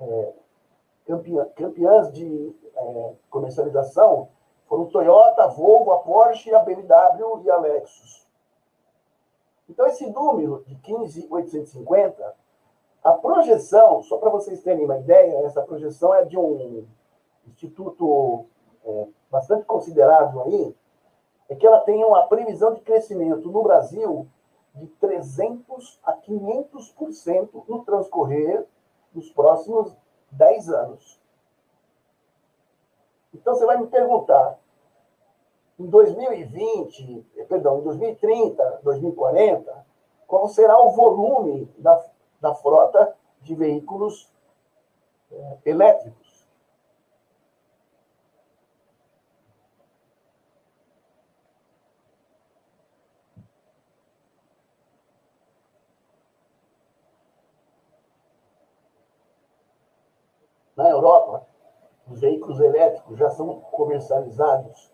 campeãs de comercialização foram Toyota, a Volvo, a Porsche, a BMW e a Lexus. Então, esse número de 15.850, a projeção, só para vocês terem uma ideia, essa projeção é de um instituto bastante considerável aí, é que ela tem uma previsão de crescimento no Brasil de 300% a 500% no transcorrer dos próximos 10 anos. Então, você vai me perguntar, em 2020, perdão, em 2030, 2040, qual será o volume da frota de veículos elétricos. Na Europa, os veículos elétricos já são comercializados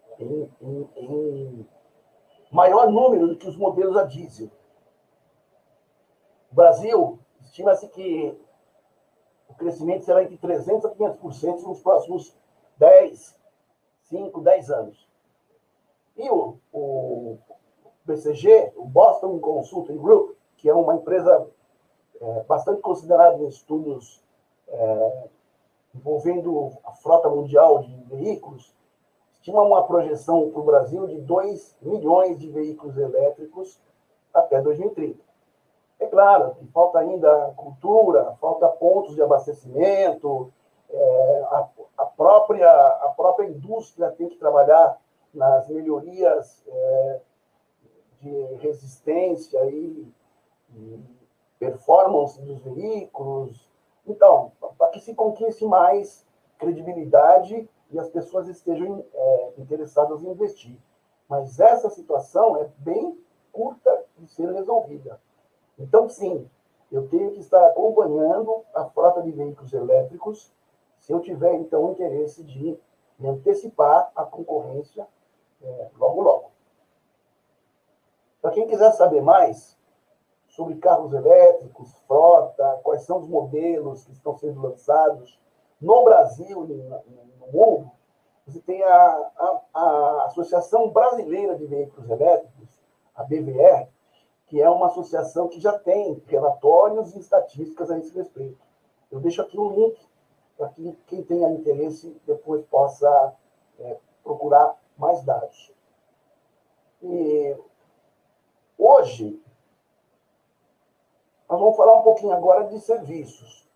em maior número do que os modelos a diesel. No Brasil, estima-se que o crescimento será entre 300% a 500% nos próximos 10 anos. E o BCG, o Boston Consulting Group, que é uma empresa bastante considerada em estudos envolvendo a frota mundial de veículos, estima uma projeção para o Brasil de 2 milhões de veículos elétricos até 2030. É claro que falta ainda cultura, falta pontos de abastecimento, a própria indústria tem que trabalhar nas melhorias de resistência e performance dos veículos. Então, para que se conquiste mais credibilidade e as pessoas estejam interessadas em investir. Mas essa situação é bem curta de ser resolvida. Então, sim, eu tenho que estar acompanhando a frota de veículos elétricos se eu tiver, então, interesse de me antecipar à concorrência logo, logo. Para quem quiser saber mais sobre carros elétricos, frota, quais são os modelos que estão sendo lançados no Brasil e no mundo, você tem a Associação Brasileira de Veículos Elétricos, a BVE, que é uma associação que já tem relatórios e estatísticas a esse respeito. Eu deixo aqui um link para que quem tenha interesse depois possa procurar mais dados. E hoje, nós vamos falar um pouquinho agora de serviços.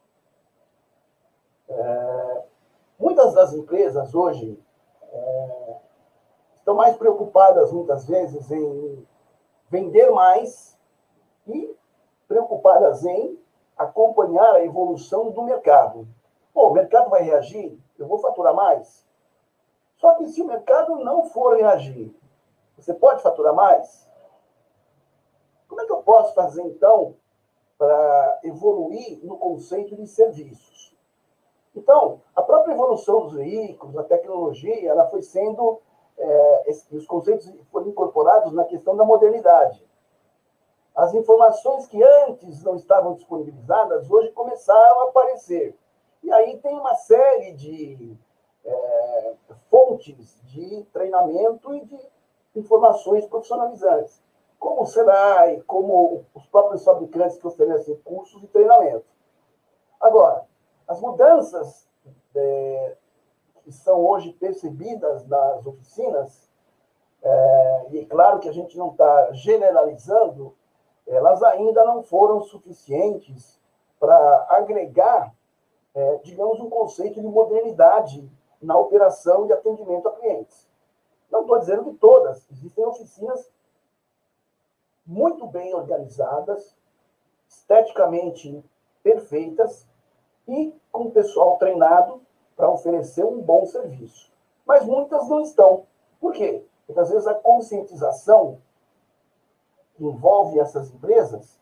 Muitas das empresas hoje estão mais preocupadas, muitas vezes, em vender mais e preocupadas em acompanhar a evolução do mercado. O mercado vai reagir, eu vou faturar mais. Só que se o mercado não for reagir, você pode faturar mais? Como é que eu posso fazer, então, para evoluir no conceito de serviços? Então, a própria evolução dos veículos, a tecnologia, ela foi sendo... os conceitos foram incorporados na questão da modernidade. As informações que antes não estavam disponibilizadas, hoje começaram a aparecer. E aí tem uma série de fontes de treinamento e de informações profissionalizantes, como o Senai, como os próprios fabricantes que oferecem cursos e treinamento. Agora, as mudanças que são hoje percebidas nas oficinas, e é claro que a gente não está generalizando, elas ainda não foram suficientes para agregar, digamos, um conceito de modernidade na operação de atendimento a clientes. Não estou dizendo que todas, existem oficinas muito bem organizadas, esteticamente perfeitas e com pessoal treinado para oferecer um bom serviço. Mas muitas não estão. Por quê? Porque, às vezes, a conscientização que envolve essas empresas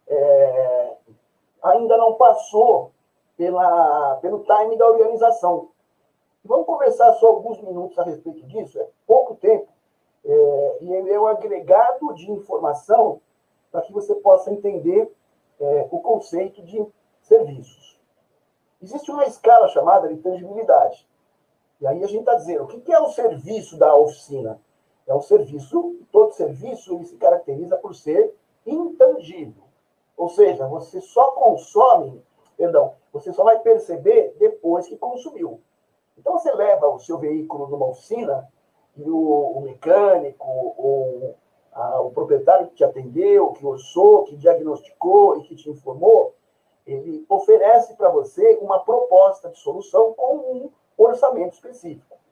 ainda não passou pelo time da organização. Vamos conversar só alguns minutos a respeito disso, é pouco tempo, e ele é um agregado de informação para que você possa entender o conceito de serviços. Existe uma escala chamada de tangibilidade. E aí a gente está dizendo, o que é o serviço da oficina? É um serviço, todo serviço ele se caracteriza por ser intangível. Ou seja, você só você só vai perceber depois que consumiu. Então você leva o seu veículo numa oficina e o mecânico, o proprietário que te atendeu, que orçou, que diagnosticou e que te informou, ele oferece para você uma proposta de solução com um orçamento específico.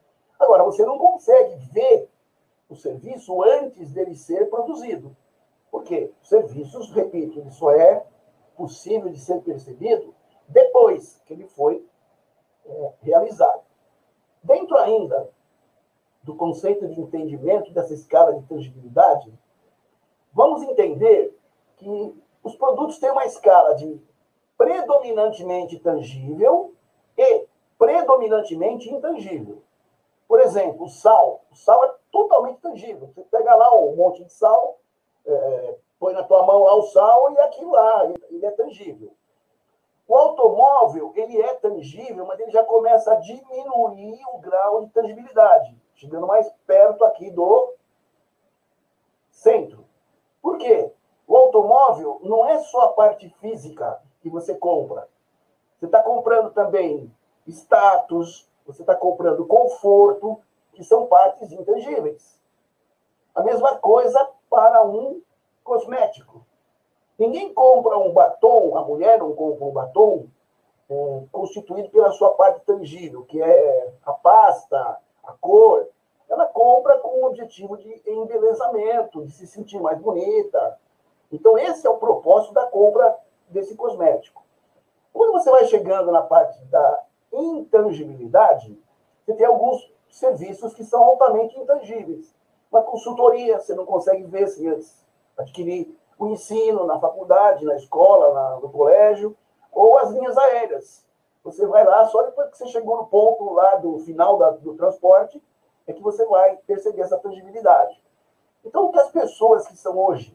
Agora, você não consegue ver o serviço antes dele ser produzido. Por quê? Os serviços, repito, ele só é possível de ser percebido depois que ele foi realizado. Dentro ainda do conceito de entendimento dessa escala de tangibilidade, vamos entender que os produtos têm uma escala de predominantemente tangível e predominantemente intangível. Por exemplo, o sal. O sal é totalmente tangível. Você pega lá um monte de sal, põe na tua mão lá o sal e aquilo lá, ele é tangível. O automóvel, ele é tangível, mas ele já começa a diminuir o grau de tangibilidade, chegando mais perto aqui do centro. Por quê? O automóvel não é só a parte física que você compra. Você está comprando também status, você está comprando conforto, que são partes intangíveis. A mesma coisa para um cosmético. Ninguém compra um batom, a mulher não compra um batom constituído pela sua parte tangível, que é a pasta, a cor. Ela compra com o objetivo de embelezamento, de se sentir mais bonita. Então, esse é o propósito da compra desse cosmético. Quando você vai chegando na parte da intangibilidade, você tem alguns serviços que são altamente intangíveis. Uma consultoria, você não consegue ver se antes adquirir o ensino na faculdade, na escola, no colégio, ou as linhas aéreas. Você vai lá, só depois que você chegou no ponto lá do final do transporte, é que você vai perceber essa tangibilidade. Então, o que as pessoas que são hoje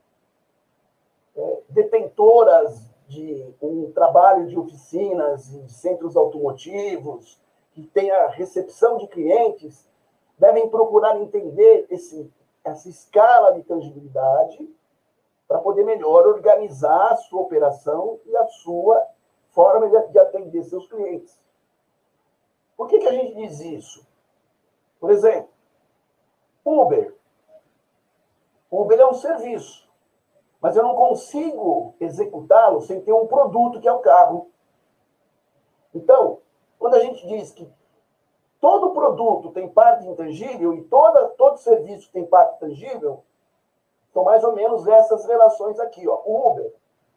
detentoras de um trabalho de oficinas e de centros automotivos, que tem a recepção de clientes, devem procurar entender essa escala de tangibilidade para poder melhor organizar a sua operação e a sua forma de atender seus clientes. Por que a gente diz isso? Por exemplo, Uber. Uber é um serviço, mas eu não consigo executá-lo sem ter um produto que é o carro. Então, quando a gente diz que todo produto tem parte intangível e todo serviço tem parte tangível, são mais ou menos essas relações aqui. Ó. O Uber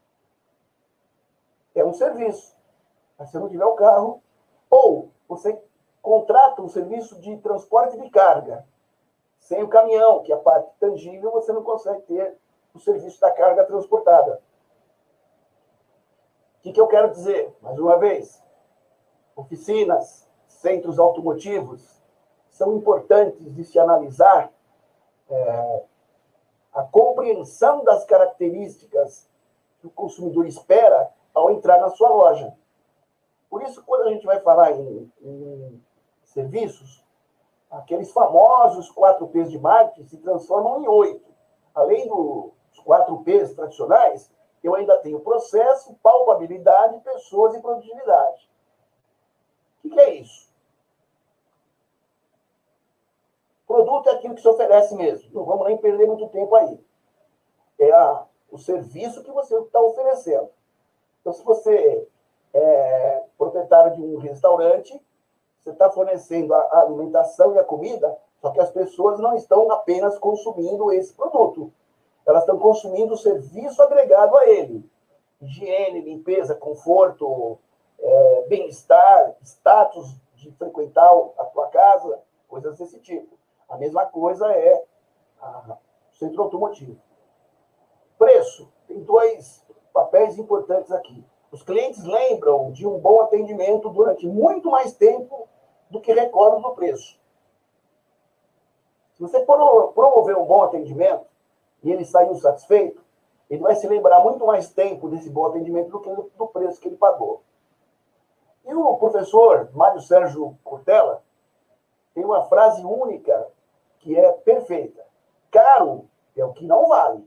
é um serviço, mas se você não tiver o carro, ou você contrata um serviço de transporte de carga, sem o caminhão, que é a parte tangível, você não consegue ter o serviço da carga transportada. O que eu quero dizer? Mais uma vez, oficinas, centros automotivos, são importantes de se analisar a compreensão das características que o consumidor espera ao entrar na sua loja. Por isso, quando a gente vai falar em serviços, aqueles famosos 4Ps de marketing se transformam em 8. Além dos 4Ps tradicionais, eu ainda tenho processo, palpabilidade, pessoas e produtividade. O que é isso? Produto é aquilo que se oferece mesmo. Não vamos nem perder muito tempo aí. É o serviço que você está oferecendo. Então, se você é proprietário de um restaurante, você está fornecendo a alimentação e a comida, só que as pessoas não estão apenas consumindo esse produto. Elas estão consumindo o serviço agregado a ele. Higiene, limpeza, conforto, bem-estar, status de frequentar a tua casa, coisas desse tipo. A mesma coisa é o centro automotivo. Preço. Tem dois papéis importantes aqui. Os clientes lembram de um bom atendimento durante muito mais tempo do que recordam do preço. Se você promover um bom atendimento e ele sair insatisfeito, ele vai se lembrar muito mais tempo desse bom atendimento do que do preço que ele pagou. E o professor Mário Sérgio Cortella tem uma frase única que é perfeita. Caro é o que não vale.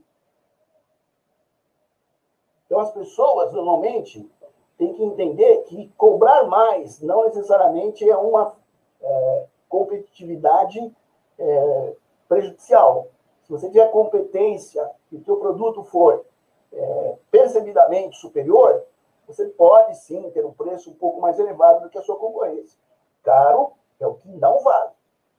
Então, as pessoas, normalmente, têm que entender que cobrar mais não necessariamente é uma competitividade prejudicial. Se você tiver competência e o seu produto for percebidamente superior, você pode, sim, ter um preço um pouco mais elevado do que a sua concorrência. Caro é o que não vale.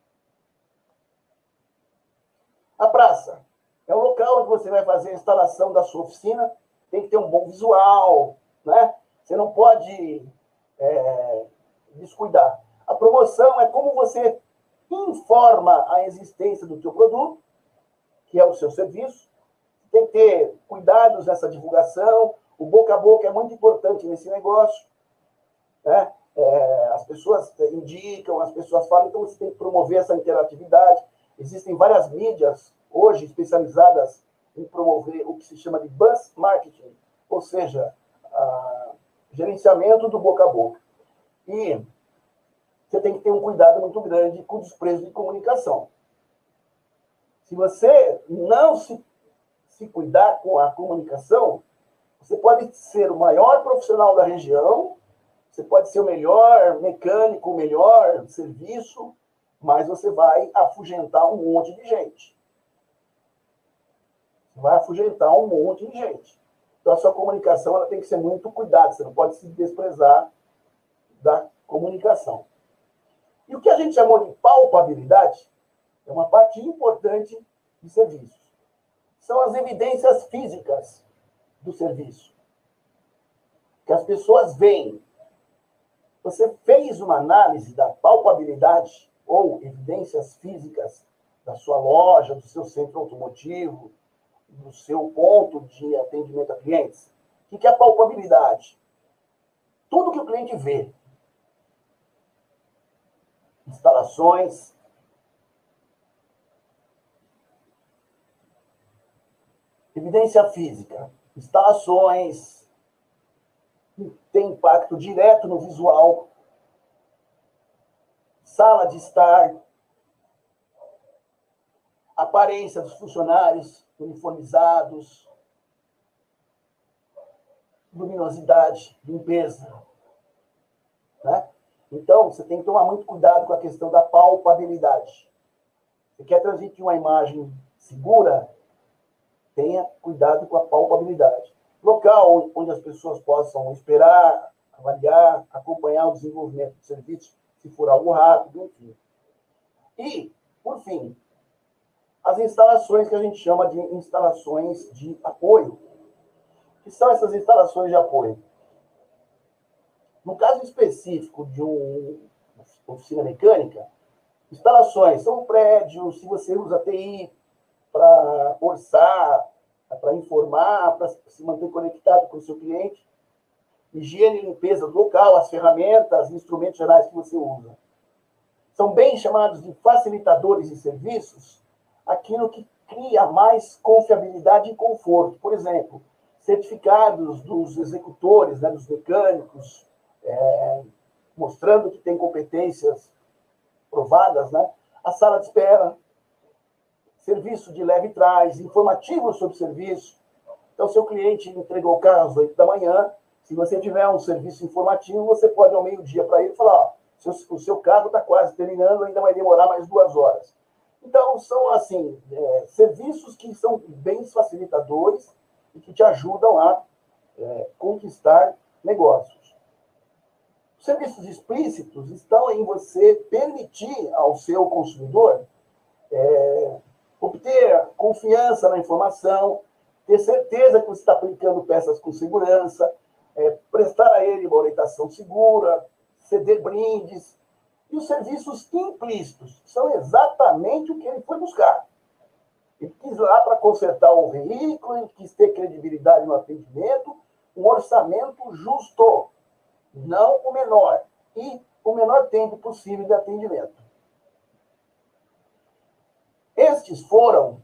A praça é o local onde você vai fazer a instalação da sua oficina, tem que ter um bom visual, né? Você não pode descuidar. A promoção é como você informa a existência do teu produto, que é o seu serviço. Tem que ter cuidados nessa divulgação. O boca a boca é muito importante nesse negócio, né? As pessoas indicam, as pessoas falam, então você tem que promover essa interatividade. Existem várias mídias hoje especializadas em promover o que se chama de buzz marketing, ou seja, gerenciamento do boca a boca. E você tem que ter um cuidado muito grande com os preços de comunicação. Se você não se cuidar com a comunicação, você pode ser o maior profissional da região, você pode ser o melhor mecânico, o melhor serviço, mas você vai afugentar um monte de gente. Você vai afugentar um monte de gente. Então, a sua comunicação ela tem que ser muito cuidada, você não pode se desprezar da comunicação. E o que a gente chamou de palpabilidade é uma parte importante de serviços. São as evidências físicas do serviço. Que as pessoas veem. Você fez uma análise da palpabilidade ou evidências físicas da sua loja, do seu centro automotivo, do seu ponto de atendimento a clientes? O que é a palpabilidade? Tudo que o cliente vê. Instalações, evidência física, instalações, tem impacto direto no visual, sala de estar, aparência dos funcionários uniformizados, luminosidade, limpeza, né? Então, você tem que tomar muito cuidado com a questão da palpabilidade. Você quer transmitir uma imagem segura? Tenha cuidado com a palpabilidade. Local onde as pessoas possam esperar, avaliar, acompanhar o desenvolvimento do serviço, se for algo rápido, enfim. E, por fim, as instalações que a gente chama de instalações de apoio. O que são essas instalações de apoio? No caso específico de uma oficina mecânica, instalações são um prédio, se você usa TI para orçar, para informar, para se manter conectado com o seu cliente, higiene e limpeza do local, as ferramentas, instrumentos gerais que você usa. São bem chamados de facilitadores de serviços, aquilo que cria mais confiabilidade e conforto. Por exemplo, certificados dos executores, né, dos mecânicos, mostrando que tem competências provadas, né? A sala de espera, serviço de leve e trás, informativo sobre o serviço. Então, seu cliente entregou o carro às 8 da manhã, se você tiver um serviço informativo, você pode ao meio-dia para ele falar, ó, o seu carro está quase terminando, ainda vai demorar mais 2 horas. Então, são, assim, serviços que são bem facilitadores e que te ajudam a conquistar negócios. Os serviços explícitos estão em você permitir ao seu consumidor obter confiança na informação, ter certeza que você está aplicando peças com segurança, prestar a ele uma orientação segura, ceder brindes. E os serviços implícitos são exatamente o que ele foi buscar. Ele quis ir lá para consertar o veículo, ele quis ter credibilidade no atendimento, um orçamento justo, não o menor, e o menor tempo possível de atendimento. Estes foram,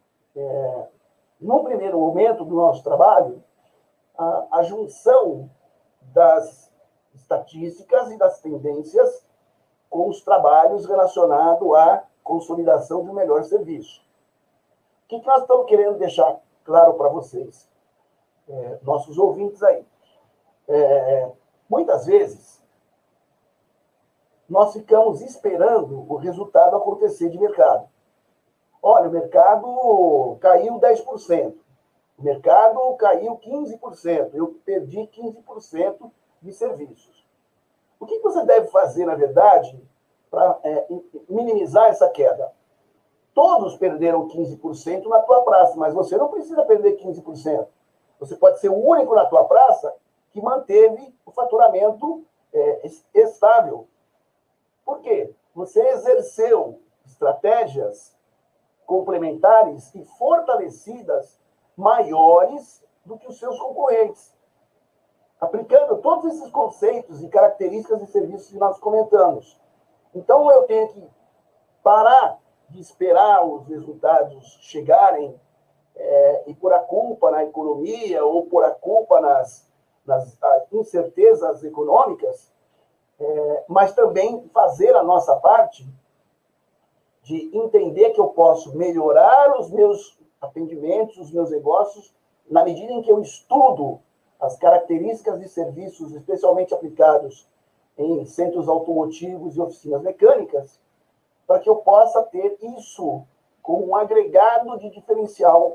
no primeiro momento do nosso trabalho, a junção das estatísticas e das tendências com os trabalhos relacionados à consolidação de um melhor serviço. O que nós estamos querendo deixar claro para vocês, nossos ouvintes aí? Muitas vezes, nós ficamos esperando o resultado acontecer de mercado. Olha, o mercado caiu 10%, o mercado caiu 15%, eu perdi 15% de serviços. O que você deve fazer, na verdade, para minimizar essa queda? Todos perderam 15% na tua praça, mas você não precisa perder 15%. Você pode ser o único na tua praça que manteve o faturamento estável. Por quê? Você exerceu estratégias complementares e fortalecidas maiores do que os seus concorrentes, aplicando todos esses conceitos e características de serviços que nós comentamos. Então, eu tenho que parar de esperar os resultados chegarem e pôr a culpa na economia ou pôr a culpa nas incertezas econômicas, mas também fazer a nossa parte de entender que eu posso melhorar os meus atendimentos, os meus negócios, na medida em que eu estudo as características de serviços especialmente aplicados em centros automotivos e oficinas mecânicas, para que eu possa ter isso como um agregado de diferencial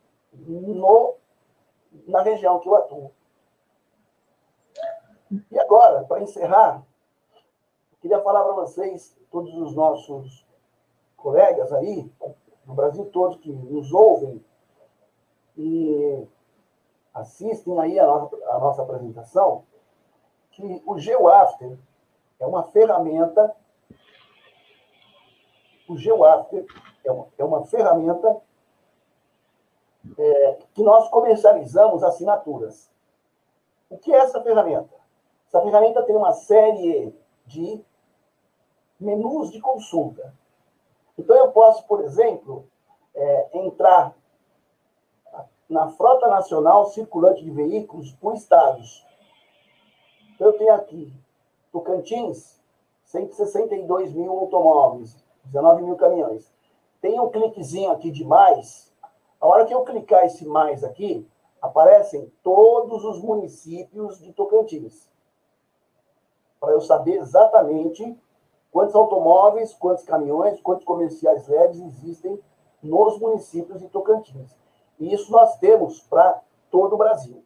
na região que eu atuo. E agora, para encerrar, eu queria falar para vocês, todos os nossos colegas aí, no Brasil todo, que nos ouvem e assistem aí a nossa apresentação, que o GeoAfter é uma ferramenta. O GeoAfter é uma ferramenta que nós comercializamos assinaturas. O que é essa ferramenta? Essa ferramenta tem uma série de menus de consulta. Então, eu posso, por exemplo, entrar na Frota Nacional Circulante de Veículos por estados. Então, eu tenho aqui Tocantins, 162 mil automóveis, 19 mil caminhões. Tem um cliquezinho aqui de mais. A hora que eu clicar esse mais aqui, aparecem todos os municípios de Tocantins. Para eu saber exatamente quantos automóveis, quantos caminhões, quantos comerciais leves existem nos municípios de Tocantins. E isso nós temos para todo o Brasil.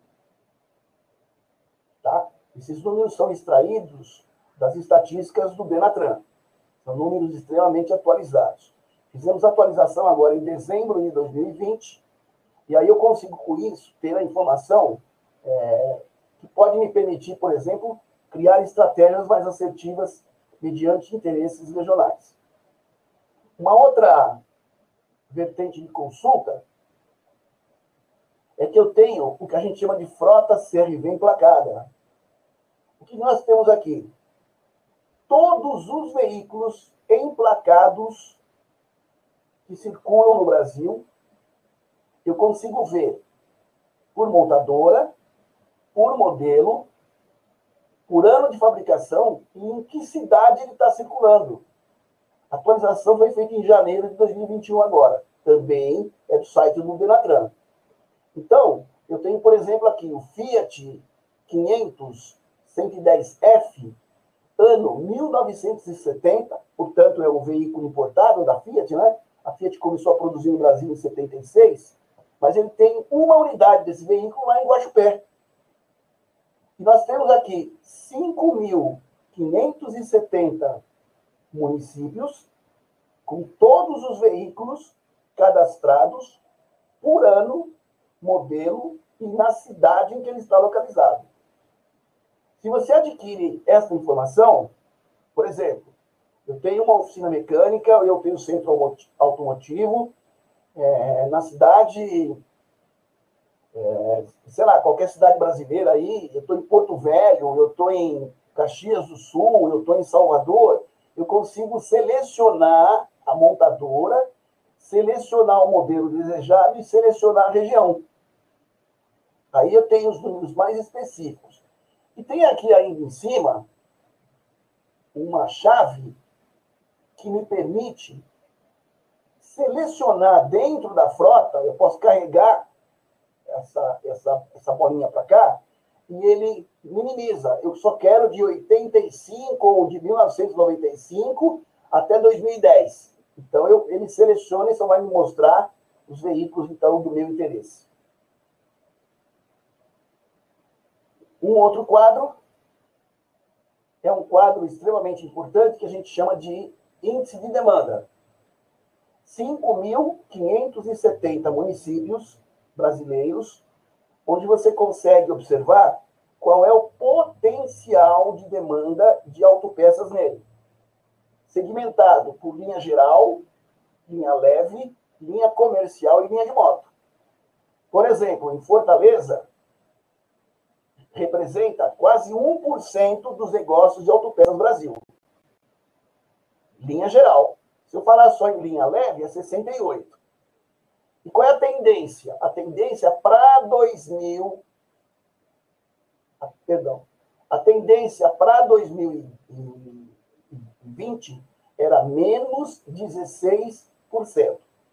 Tá? Esses números são extraídos das estatísticas do Denatran. São números extremamente atualizados. Fizemos atualização agora em dezembro de 2020, e aí eu consigo, com isso, ter a informação que pode me permitir, por exemplo, criar estratégias mais assertivas mediante interesses regionais. Uma outra vertente de consulta é que eu tenho o que a gente chama de frota CRV emplacada. O que nós temos aqui? Todos os veículos emplacados que circulam no Brasil, eu consigo ver por montadora, por modelo, por ano de fabricação e em que cidade ele está circulando. A atualização foi feita em janeiro de 2021 agora. Também é do site do Denatran. Então, eu tenho, por exemplo, aqui o Fiat 500 110F, ano 1970, portanto, é o veículo importado da Fiat, né? A Fiat começou a produzir no Brasil em 76, mas ele tem uma unidade desse veículo lá em Guaxupé. E nós temos aqui 5.570 municípios com todos os veículos cadastrados por ano, modelo e na cidade em que ele está localizado. Se você adquire essa informação, por exemplo, eu tenho uma oficina mecânica, eu tenho centro automotivo, na cidade, sei lá, qualquer cidade brasileira aí, eu estou em Porto Velho, eu estou em Caxias do Sul, eu estou em Salvador, eu consigo selecionar a montadora, selecionar o modelo desejado e selecionar a região. Aí eu tenho os números mais específicos. E tem aqui ainda em cima uma chave que me permite selecionar dentro da frota, eu posso carregar essa bolinha para cá, e ele minimiza. Eu só quero de 85 ou de 1995 até 2010. Então, ele seleciona e só vai me mostrar os veículos, então, do meu interesse. Um outro quadro é um quadro extremamente importante que a gente chama de índice de demanda. 5.570 municípios brasileiros, onde você consegue observar qual é o potencial de demanda de autopeças nele. Segmentado por linha geral, linha leve, linha comercial e linha de moto. Por exemplo, em Fortaleza, representa quase 1% dos negócios de autopeças no Brasil. Linha geral. Se eu falar só em linha leve, é 68%. E qual é a tendência? A tendência para 2020 era menos 16%.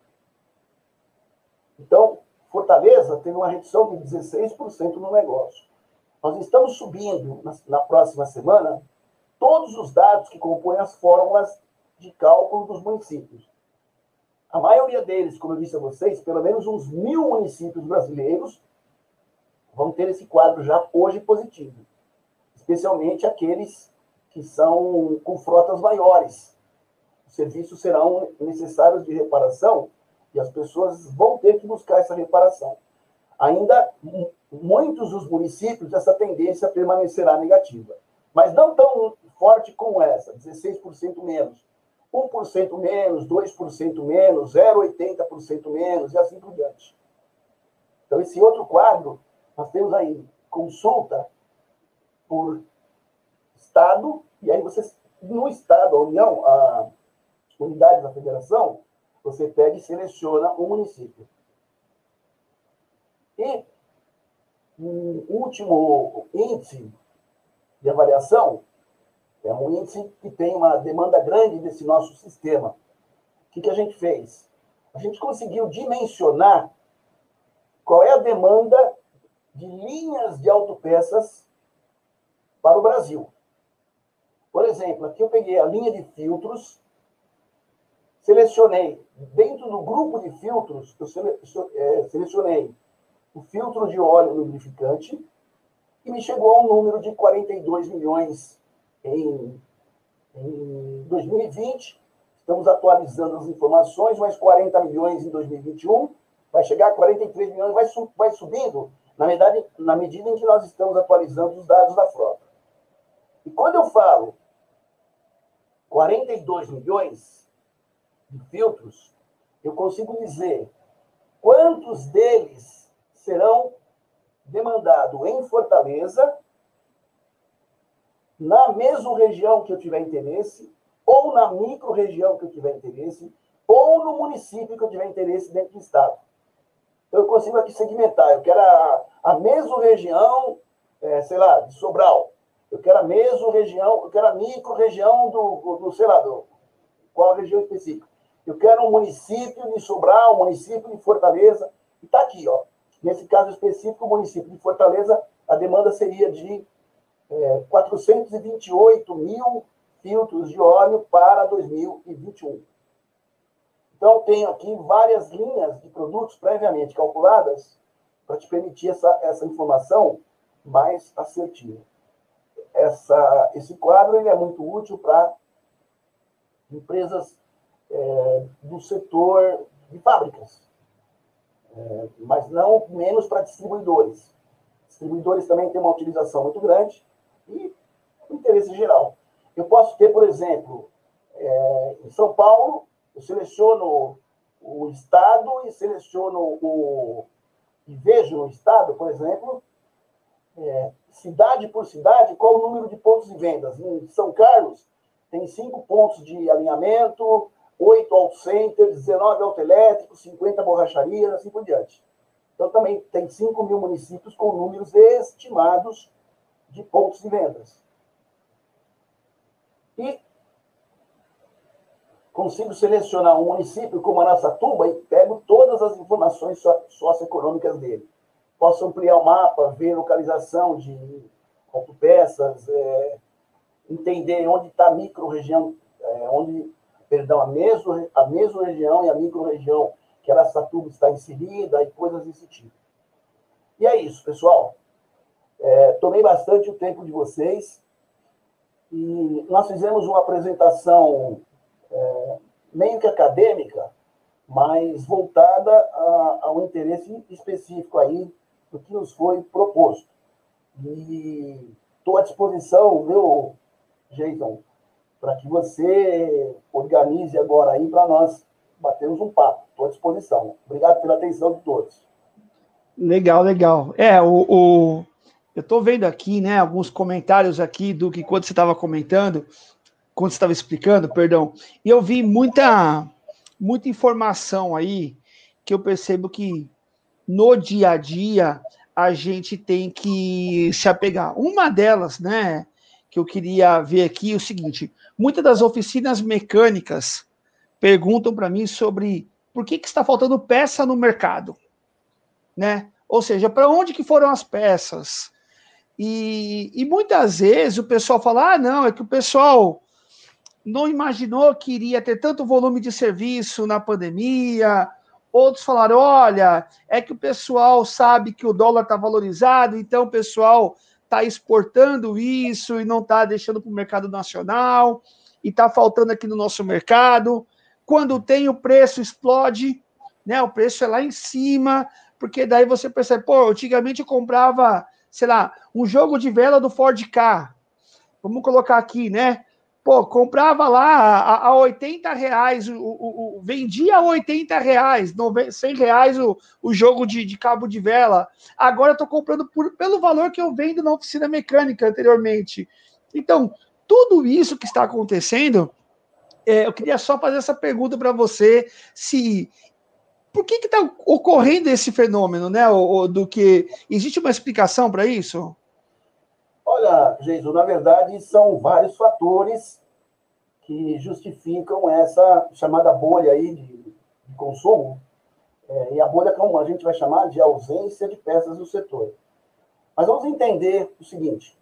Então, Fortaleza teve uma redução de 16% no negócio. Nós estamos subindo, na próxima semana, todos os dados que compõem as fórmulas de cálculo dos municípios. A maioria deles, como eu disse a vocês, pelo menos uns 1.000 municípios brasileiros vão ter esse quadro já hoje positivo. Especialmente aqueles que são com frotas maiores. Os serviços serão necessários de reparação e as pessoas vão ter que buscar essa reparação. Ainda, muitos dos municípios, essa tendência permanecerá negativa. Mas não tão forte como essa, 16% menos. 1% menos, 2% menos, 0,80% menos, e assim por diante. Então, esse outro quadro, nós temos aí consulta por Estado, e aí você, no Estado, a União, a unidade da federação, você pega e seleciona um município. E o último índice de avaliação é um índice que tem uma demanda grande desse nosso sistema. O que a gente fez? A gente conseguiu dimensionar qual é a demanda de linhas de autopeças para o Brasil. Por exemplo, aqui eu peguei a linha de filtros, selecionei, dentro do grupo de filtros, eu selecionei o filtro de óleo lubrificante e me chegou a um número de 42 milhões em 2020. Estamos atualizando as informações, mais 40 milhões em 2021, vai chegar a 43 milhões, vai subindo, na verdade, na medida em que nós estamos atualizando os dados da frota. E quando eu falo 42 milhões de filtros, eu consigo dizer quantos deles serão demandados em Fortaleza, na mesorregião que eu tiver interesse, ou na micro-região que eu tiver interesse, ou no município que eu tiver interesse dentro do estado. Então, eu consigo aqui segmentar. Eu quero a mesorregião, sei lá, de Sobral. Eu quero a mesorregião, eu quero a micro-região qual a região específica. Eu quero um município de Sobral, um município de Fortaleza. E está aqui, ó. Nesse caso específico, o município de Fortaleza, a demanda seria de 428 mil filtros de óleo para 2021. Então, tenho aqui várias linhas de produtos previamente calculadas para te permitir essa informação mais assertiva. Esse quadro ele é muito útil para empresas do setor de fábricas, mas não menos para distribuidores. Distribuidores também têm uma utilização muito grande e interesse geral. Eu posso ter, por exemplo, em São Paulo, eu seleciono o estado e vejo no estado, por exemplo, cidade por cidade, qual o número de pontos de vendas. Em São Carlos, tem 5 pontos de alinhamento, 8 auto centers, 19 autoelétricos, 50 borracharias, assim por diante. Então, também tem 5 mil municípios com números estimados de pontos de vendas. E consigo selecionar um município como Araçatuba e pego todas as informações socioeconômicas dele. Posso ampliar o mapa, ver localização de autopeças, entender onde está a micro-região, a mesorregião e a micro-região que Araçatuba está inserida e coisas desse tipo. E é isso, pessoal. Tomei bastante o tempo de vocês e nós fizemos uma apresentação meio que acadêmica, mas voltada ao interesse específico aí do que nos foi proposto. E estou à disposição, viu, Jason, para que você organize agora aí para nós batermos um papo. Estou à disposição. Obrigado pela atenção de todos. Legal, legal. Eu estou vendo aqui, né, alguns comentários aqui do que quando você estava comentando, quando você estava explicando, perdão, e eu vi muita informação aí que eu percebo que no dia a dia a gente tem que se apegar. Uma delas, né, que eu queria ver aqui é o seguinte: muitas das oficinas mecânicas perguntam para mim sobre por que está faltando peça no mercado, né? Ou seja, para onde que foram as peças? E muitas vezes o pessoal fala, não, é que o pessoal não imaginou que iria ter tanto volume de serviço na pandemia. Outros falaram, olha, é que o pessoal sabe que o dólar está valorizado, então o pessoal está exportando isso e não está deixando para o mercado nacional, e está faltando aqui no nosso mercado. Quando tem, o preço explode, né? O preço é lá em cima, porque daí você percebe, pô, antigamente eu comprava, sei lá, um jogo de vela do Ford Ka. Vamos colocar aqui, né? Pô, comprava lá a R$80, vendia a R$80, 100 reais o jogo de cabo de vela. Agora eu estou comprando pelo valor que eu vendo na oficina mecânica anteriormente. Então, tudo isso que está acontecendo, eu queria só fazer essa pergunta para você, por que está ocorrendo esse fenômeno, né? Do que existe uma explicação para isso? Olha, Jesus, na verdade, são vários fatores que justificam essa chamada bolha aí de consumo, e a bolha, como a gente vai chamar, de ausência de peças no setor. Mas vamos entender o seguinte: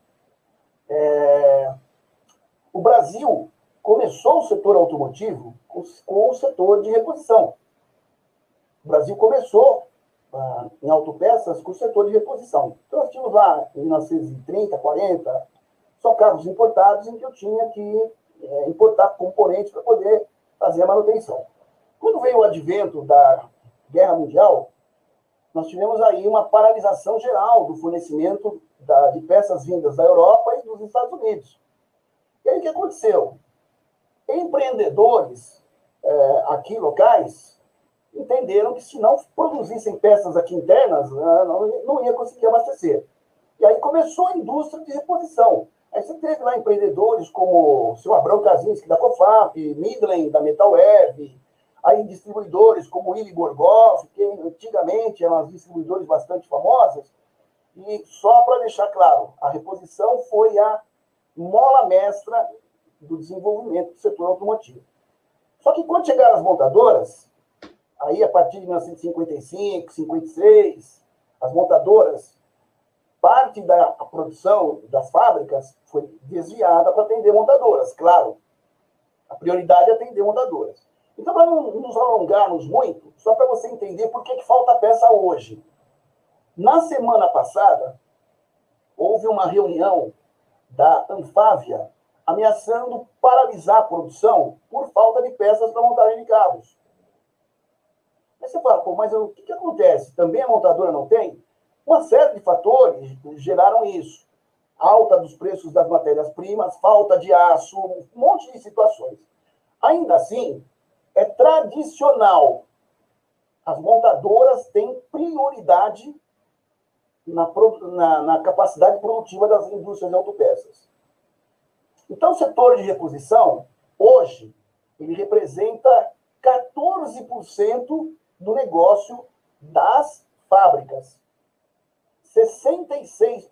o Brasil começou o setor automotivo com o setor de reposição. O Brasil começou em autopeças com o setor de reposição. Então, nós tínhamos lá, em 1930, 40, só carros importados em que eu tinha que importar componentes para poder fazer a manutenção. Quando veio o advento da Guerra Mundial, nós tivemos aí uma paralisação geral do fornecimento de peças vindas da Europa e dos Estados Unidos. E aí o que aconteceu? Empreendedores aqui locais entenderam que se não produzissem peças aqui internas, não ia conseguir abastecer. E aí começou a indústria de reposição. Aí você teve lá empreendedores como o seu Abrão Kaczynski, da Cofap, Midland, da Metalweb, aí distribuidores como Willy Gorgoff, que antigamente eram as distribuidores bastante famosas. E só para deixar claro, a reposição foi a mola mestra do desenvolvimento do setor automotivo. Só que quando chegaram as montadoras, aí a partir de 1955, 56, as montadoras, parte da produção das fábricas foi desviada para atender montadoras, claro. A prioridade é atender montadoras. Então, para não nos alongarmos muito, só para você entender por que falta peça hoje. Na semana passada, houve uma reunião da Anfávia ameaçando paralisar a produção por falta de peças para montagem de carros. Aí você fala, pô, mas o que acontece? Também a montadora não tem? Uma série de fatores geraram isso. Alta dos preços das matérias-primas, falta de aço, um monte de situações. Ainda assim, é tradicional. As montadoras têm prioridade na capacidade produtiva das indústrias de autopeças. Então, o setor de reposição, hoje, ele representa 14% do negócio das fábricas. 66%,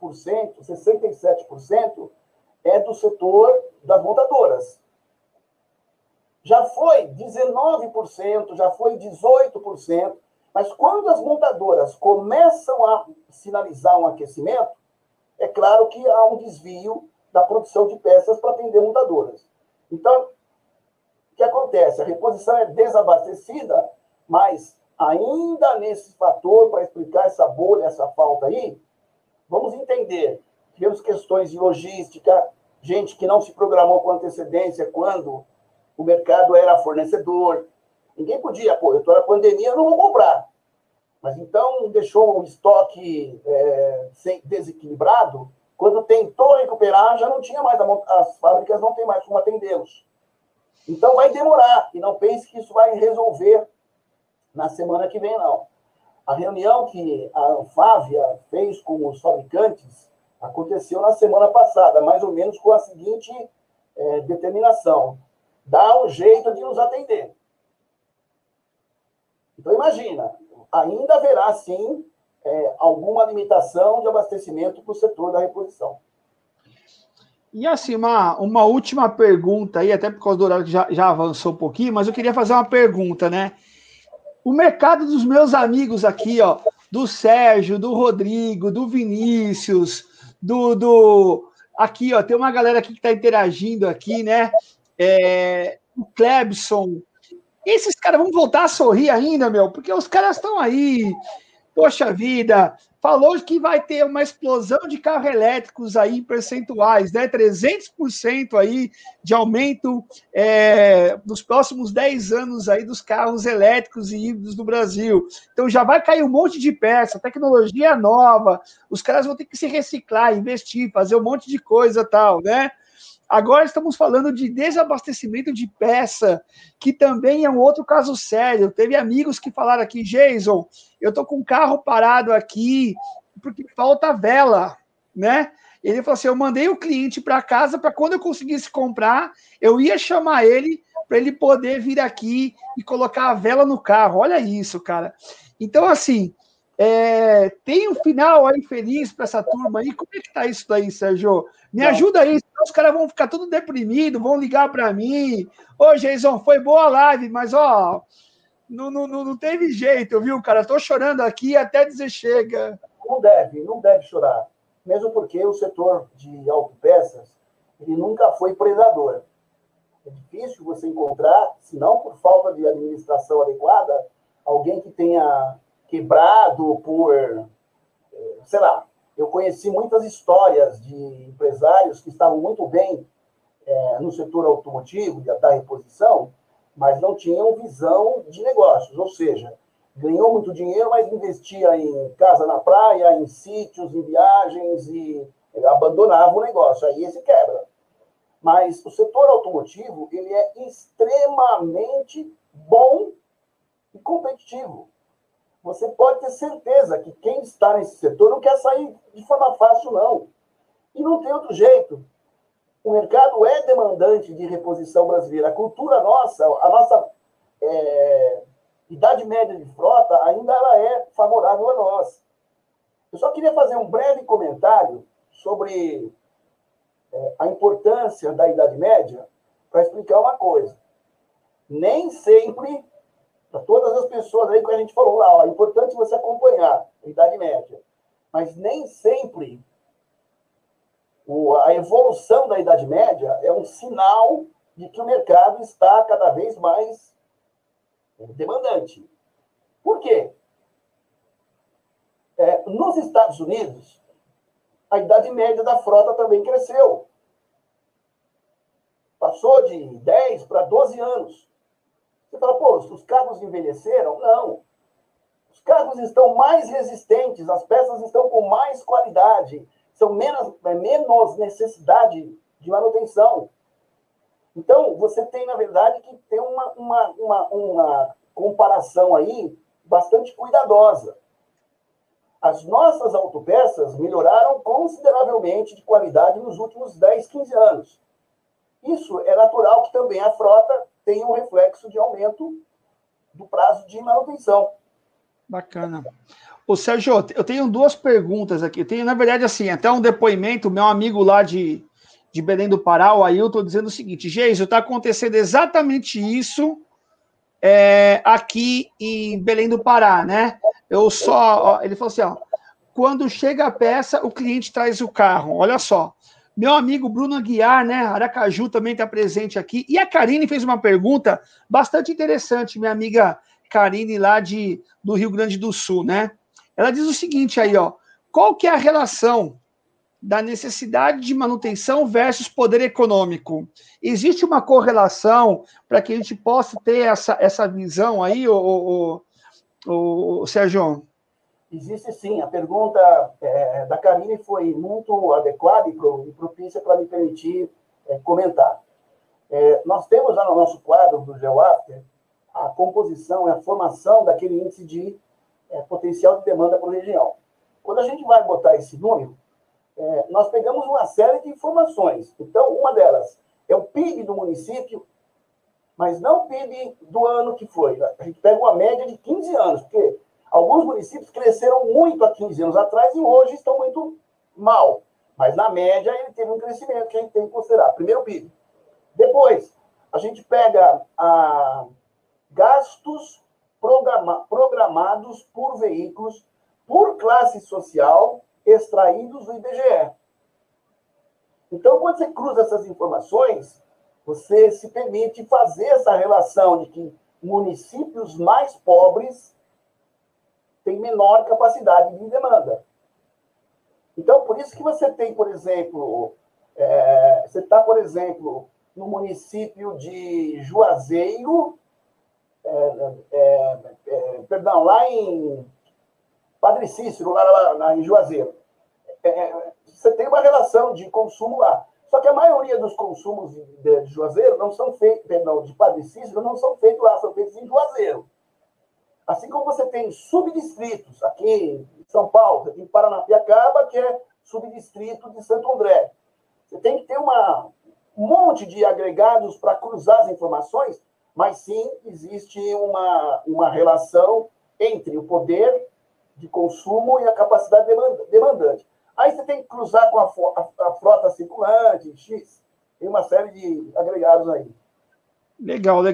67% é do setor das montadoras. Já foi 19%, já foi 18%, mas quando as montadoras começam a sinalizar um aquecimento, é claro que há um desvio da produção de peças para atender montadoras. Então, o que acontece? A reposição é desabastecida, mas ainda nesse fator, para explicar essa bolha, essa falta aí, vamos entender. Tivemos questões de logística, gente que não se programou com antecedência quando o mercado era fornecedor. Ninguém podia, pô, eu estou na pandemia, eu não vou comprar. Mas então deixou o estoque desequilibrado. Quando tentou recuperar, já não tinha mais, as fábricas não têm mais como atendê-los. Então vai demorar, e não pense que isso vai resolver na semana que vem, não. A reunião que a Anfávia fez com os fabricantes aconteceu na semana passada, mais ou menos com a seguinte determinação: dá um jeito de nos atender. Então, imagina, ainda haverá, sim, alguma limitação de abastecimento para o setor da reposição. E assim, uma última pergunta aí, até por causa do horário que já avançou um pouquinho, mas eu queria fazer uma pergunta, né? O mercado dos meus amigos aqui, ó, do Sérgio, do Rodrigo, do Vinícius, aqui, ó, tem uma galera aqui que está interagindo aqui, né? O Klebson. Esses caras vão voltar a sorrir ainda, meu, porque os caras estão aí. Poxa vida, falou que vai ter uma explosão de carros elétricos aí em percentuais, né? 300% aí de aumento nos próximos 10 anos aí dos carros elétricos e híbridos no Brasil. Então já vai cair um monte de peça, tecnologia nova, os caras vão ter que se reciclar, investir, fazer um monte de coisa e tal, né? Agora estamos falando de desabastecimento de peça, que também é um outro caso sério. Teve amigos que falaram aqui, Jason, eu estou com um carro parado aqui porque falta vela, né? Ele falou assim, eu mandei o cliente para casa para quando eu conseguisse comprar, eu ia chamar ele para ele poder vir aqui e colocar a vela no carro. Olha isso, cara. Então, assim, tem um final aí feliz para essa turma aí. Como é que tá isso daí, Sérgio? Me ajuda aí, senão os caras vão ficar tudo deprimidos, vão ligar para mim. Ô, Jason, foi boa a live, mas, ó, não teve jeito, viu, cara? Estou chorando aqui até dizer chega. Não deve chorar. Mesmo porque o setor de autopeças, ele nunca foi predador. É difícil você encontrar, se não por falta de administração adequada, alguém que tenha quebrado por, sei lá, eu conheci muitas histórias de empresários que estavam muito bem no setor automotivo, da reposição, mas não tinham visão de negócios, ou seja, ganhou muito dinheiro, mas investia em casa na praia, em sítios, em viagens e abandonava o negócio, aí esse quebra. Mas o setor automotivo, ele é extremamente bom e competitivo. Você pode ter certeza que quem está nesse setor não quer sair de forma fácil, não. E não tem outro jeito. O mercado é demandante de reposição brasileira. A cultura nossa, a nossa idade média de frota, ainda ela é favorável a nós. Eu só queria fazer um breve comentário sobre a importância da idade média para explicar uma coisa. Nem sempre... Para todas as pessoas aí que a gente falou lá, ó, é importante você acompanhar a idade média. Mas nem sempre a evolução da idade média é um sinal de que o mercado está cada vez mais demandante. Por quê? Nos Estados Unidos, a idade média da frota também cresceu. Passou de 10 para 12 anos. Você fala, pô, os carros envelheceram? Não. Os carros estão mais resistentes, as peças estão com mais qualidade, são menos necessidade de manutenção. Então, você tem, na verdade, que ter uma comparação aí bastante cuidadosa. As nossas autopeças melhoraram consideravelmente de qualidade nos últimos 10, 15 anos. Isso é natural que também a frota tem um reflexo de aumento do prazo de manutenção. Bacana. Ô, Sérgio, eu tenho duas perguntas aqui. Eu tenho, na verdade, assim, até um depoimento, meu amigo lá de Belém do Pará, o Ailton, dizendo o seguinte, Geiso, está acontecendo exatamente isso aqui em Belém do Pará, né? Ele falou assim, ó, quando chega a peça, o cliente traz o carro. Olha só. Meu amigo Bruno Aguiar, né? Aracaju também está presente aqui. E a Karine fez uma pergunta bastante interessante, minha amiga Karine, lá do Rio Grande do Sul, né? Ela diz o seguinte aí, ó. Qual que é a relação da necessidade de manutenção versus poder econômico. Existe uma correlação para que a gente possa ter essa visão aí, Sérgio? Existe sim. A pergunta da Karine foi muito adequada e propícia para me permitir comentar. Nós temos lá no nosso quadro do GeoAfter a composição e a formação daquele índice de potencial de demanda por região. Quando a gente vai botar esse número, nós pegamos uma série de informações. Então, uma delas é o PIB do município, mas não o PIB do ano que foi. A gente pega uma média de 15 anos, porque alguns municípios cresceram muito há 15 anos atrás e hoje estão muito mal. Mas, na média, ele teve um crescimento que a gente tem que considerar. Primeiro, o PIB. Depois, a gente pega gastos programados por veículos, por classe social, extraídos do IBGE. Então, quando você cruza essas informações, você se permite fazer essa relação de que municípios mais pobres têm menor capacidade de demanda. Então, por isso que você tem, por exemplo, você está, por exemplo, no município de Juazeiro, lá em Padre Cícero, lá em Juazeiro. Você tem uma relação de consumo lá. Só que a maioria dos consumos de Juazeiro não são feitos, de Padre Cícero, não são feitos lá, são feitos em Juazeiro. Assim como você tem subdistritos, aqui em São Paulo, você tem Paranapiacaba, que é subdistrito de Santo André. Você tem que ter um monte de agregados para cruzar as informações, mas sim existe uma relação entre o poder de consumo e a capacidade demandante. Aí você tem que cruzar com a frota circulante, X, tem uma série de agregados aí. Legal.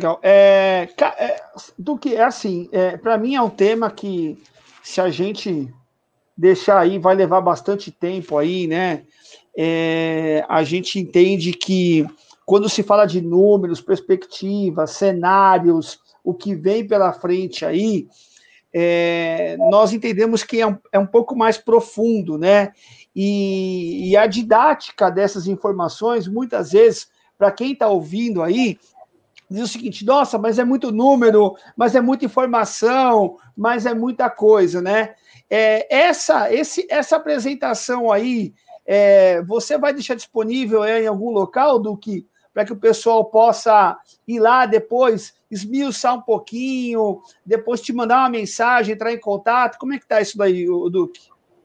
Duque, assim, para mim é um tema que, se a gente deixar aí, vai levar bastante tempo aí, né? A gente entende que quando se fala de números, perspectivas, cenários, o que vem pela frente aí, nós entendemos que é um pouco mais profundo, né? E a didática dessas informações, muitas vezes, para quem está ouvindo aí, diz o seguinte: nossa, mas é muito número, mas é muita informação, mas é muita coisa, né? Essa apresentação aí, você vai deixar disponível em algum local, Duque, para que o pessoal possa ir lá depois, esmiuçar um pouquinho, depois te mandar uma mensagem, entrar em contato? Como é que está isso daí, Duque?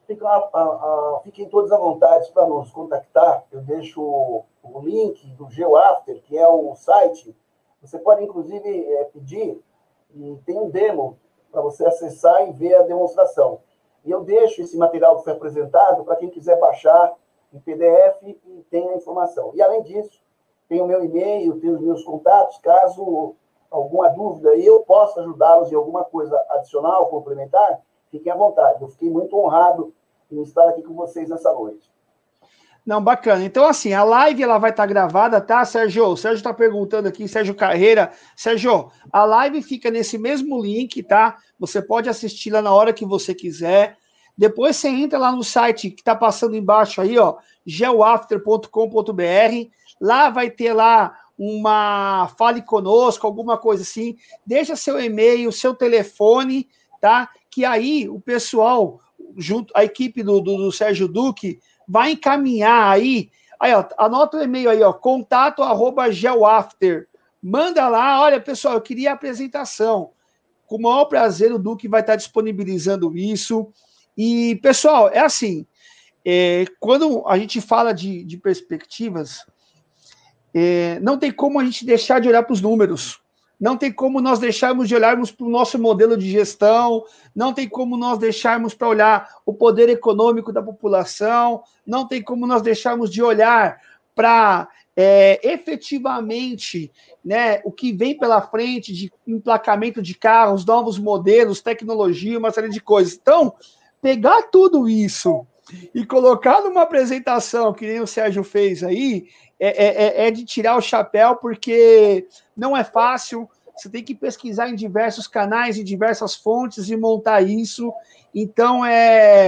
Fiquem todos à vontade para nos contactar. Eu deixo o link do GeoAfter, que é o site. Você pode, inclusive, pedir, e tem um demo para você acessar e ver a demonstração. E eu deixo esse material que foi apresentado para quem quiser baixar em PDF e tem a informação. E, além disso, tem o meu e-mail, tem os meus contatos, caso alguma dúvida e eu possa ajudá-los em alguma coisa adicional, complementar, fiquem à vontade. Eu fiquei muito honrado em estar aqui com vocês nessa noite. Não, bacana. Então, assim, a live ela vai estar gravada, tá, Sérgio? O Sérgio está perguntando aqui, Sérgio Carreira. Sérgio, a live fica nesse mesmo link, tá? Você pode assistir lá na hora que você quiser. Depois você entra lá no site que está passando embaixo aí, ó, geoafter.com.br. Lá vai ter lá uma fale conosco, alguma coisa assim. Deixa seu e-mail, seu telefone, tá? Que aí o pessoal, junto a equipe do Sérgio Duque, vai encaminhar aí, ó, anota o e-mail aí, ó, contato@geoafter. Manda lá, olha, pessoal, eu queria a apresentação. Com o maior prazer, o Duque vai estar disponibilizando isso. E, pessoal, é assim, quando a gente fala de perspectivas, não tem como a gente deixar de olhar para os números. Não tem como nós deixarmos de olharmos para o nosso modelo de gestão, não tem como nós deixarmos para olhar o poder econômico da população, não tem como nós deixarmos de olhar para efetivamente, né, o que vem pela frente de emplacamento de carros, novos modelos, tecnologia, uma série de coisas. Então, pegar tudo isso e colocar numa apresentação, que nem o Sérgio fez aí, é de tirar o chapéu, porque não é fácil, você tem que pesquisar em diversos canais, em diversas fontes e montar isso. Então,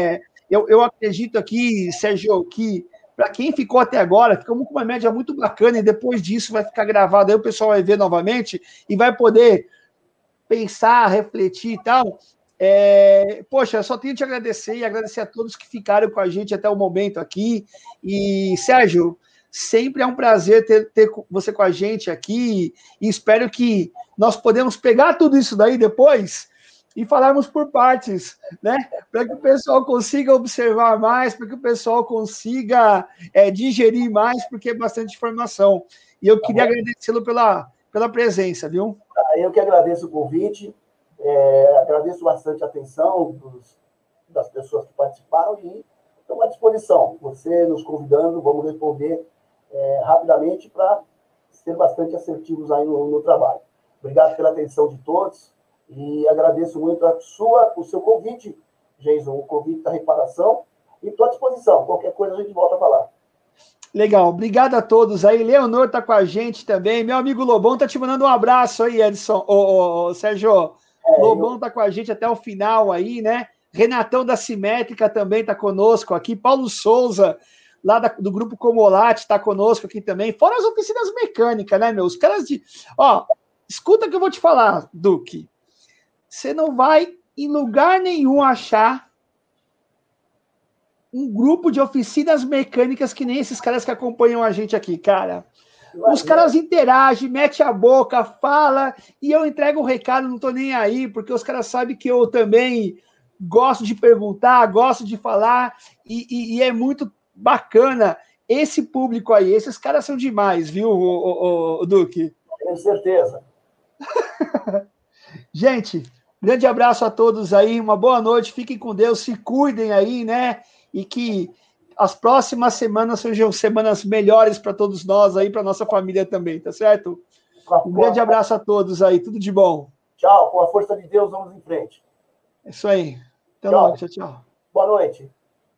Eu acredito aqui, Sérgio, que para quem ficou até agora, ficamos com uma média muito bacana e depois disso vai ficar gravado, aí o pessoal vai ver novamente e vai poder pensar, refletir e tal. Poxa, eu só tenho que te agradecer e agradecer a todos que ficaram com a gente até o momento aqui. E, Sérgio, sempre é um prazer ter você com a gente aqui e espero que nós podemos pegar tudo isso daí depois e falarmos por partes, né? Para que o pessoal consiga observar mais, para que o pessoal consiga digerir mais, porque é bastante informação. E eu queria agradecê-lo pela presença, viu? Eu que agradeço o convite, agradeço bastante a atenção das pessoas que participaram e estamos à disposição. Você nos convidando, vamos responder rapidamente para ser bastante assertivos aí no trabalho. Obrigado pela atenção de todos e agradeço muito o seu convite, Jason, o convite da reparação, e estou à disposição. Qualquer coisa a gente volta a falar. Legal, obrigado a todos aí. Leonor tá com a gente também. Meu amigo Lobão tá te mandando um abraço aí, Edson. Sérgio, Lobão tá com a gente até o final aí, né? Renatão da Simétrica também tá conosco aqui. Paulo Souza, lá do Grupo Comolate, tá conosco aqui também. Fora as oficinas mecânicas, né, meu? Os caras de... Ó, escuta o que eu vou te falar, Duque. Você não vai em lugar nenhum achar um grupo de oficinas mecânicas que nem esses caras que acompanham a gente aqui, cara. Os caras interagem, mete a boca, fala, e eu entrego o recado, não tô nem aí, porque os caras sabem que eu também gosto de perguntar, gosto de falar, e é muito bacana esse público aí. Esses caras são demais, viu, Duque? Tenho certeza. Gente, grande abraço a todos aí, uma boa noite, fiquem com Deus, se cuidem aí, né? E que as próximas semanas sejam semanas melhores para todos nós aí, para nossa família também, tá certo? Um grande abraço a todos aí, tudo de bom. Tchau, com a força de Deus, vamos em frente. É isso aí. Até logo, tchau, tchau. Boa noite.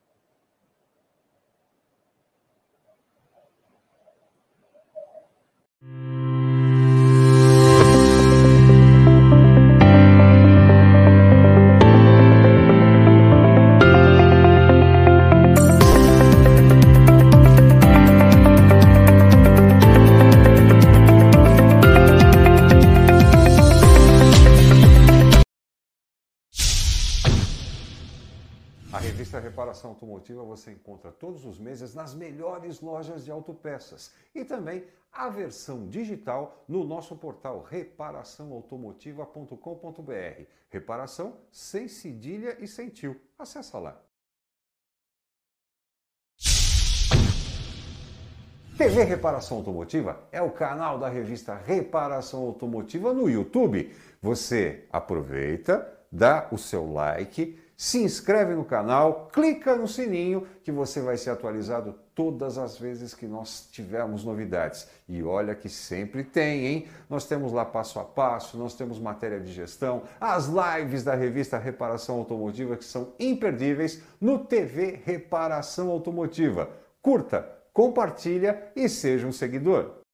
Reparação automotiva você encontra todos os meses nas melhores lojas de autopeças e também a versão digital no nosso portal reparaçãoautomotiva.com.br. Reparação sem cedilha e sem tio. Acessa lá. TV Reparação Automotiva é o canal da revista Reparação Automotiva no YouTube. Você aproveita, dá o seu like, se inscreve no canal, clica no sininho que você vai ser atualizado todas as vezes que nós tivermos novidades. E olha que sempre tem, hein? Nós temos lá passo a passo, nós temos matéria de gestão, as lives da revista Reparação Automotiva que são imperdíveis no TV Reparação Automotiva. Curta, compartilha e seja um seguidor.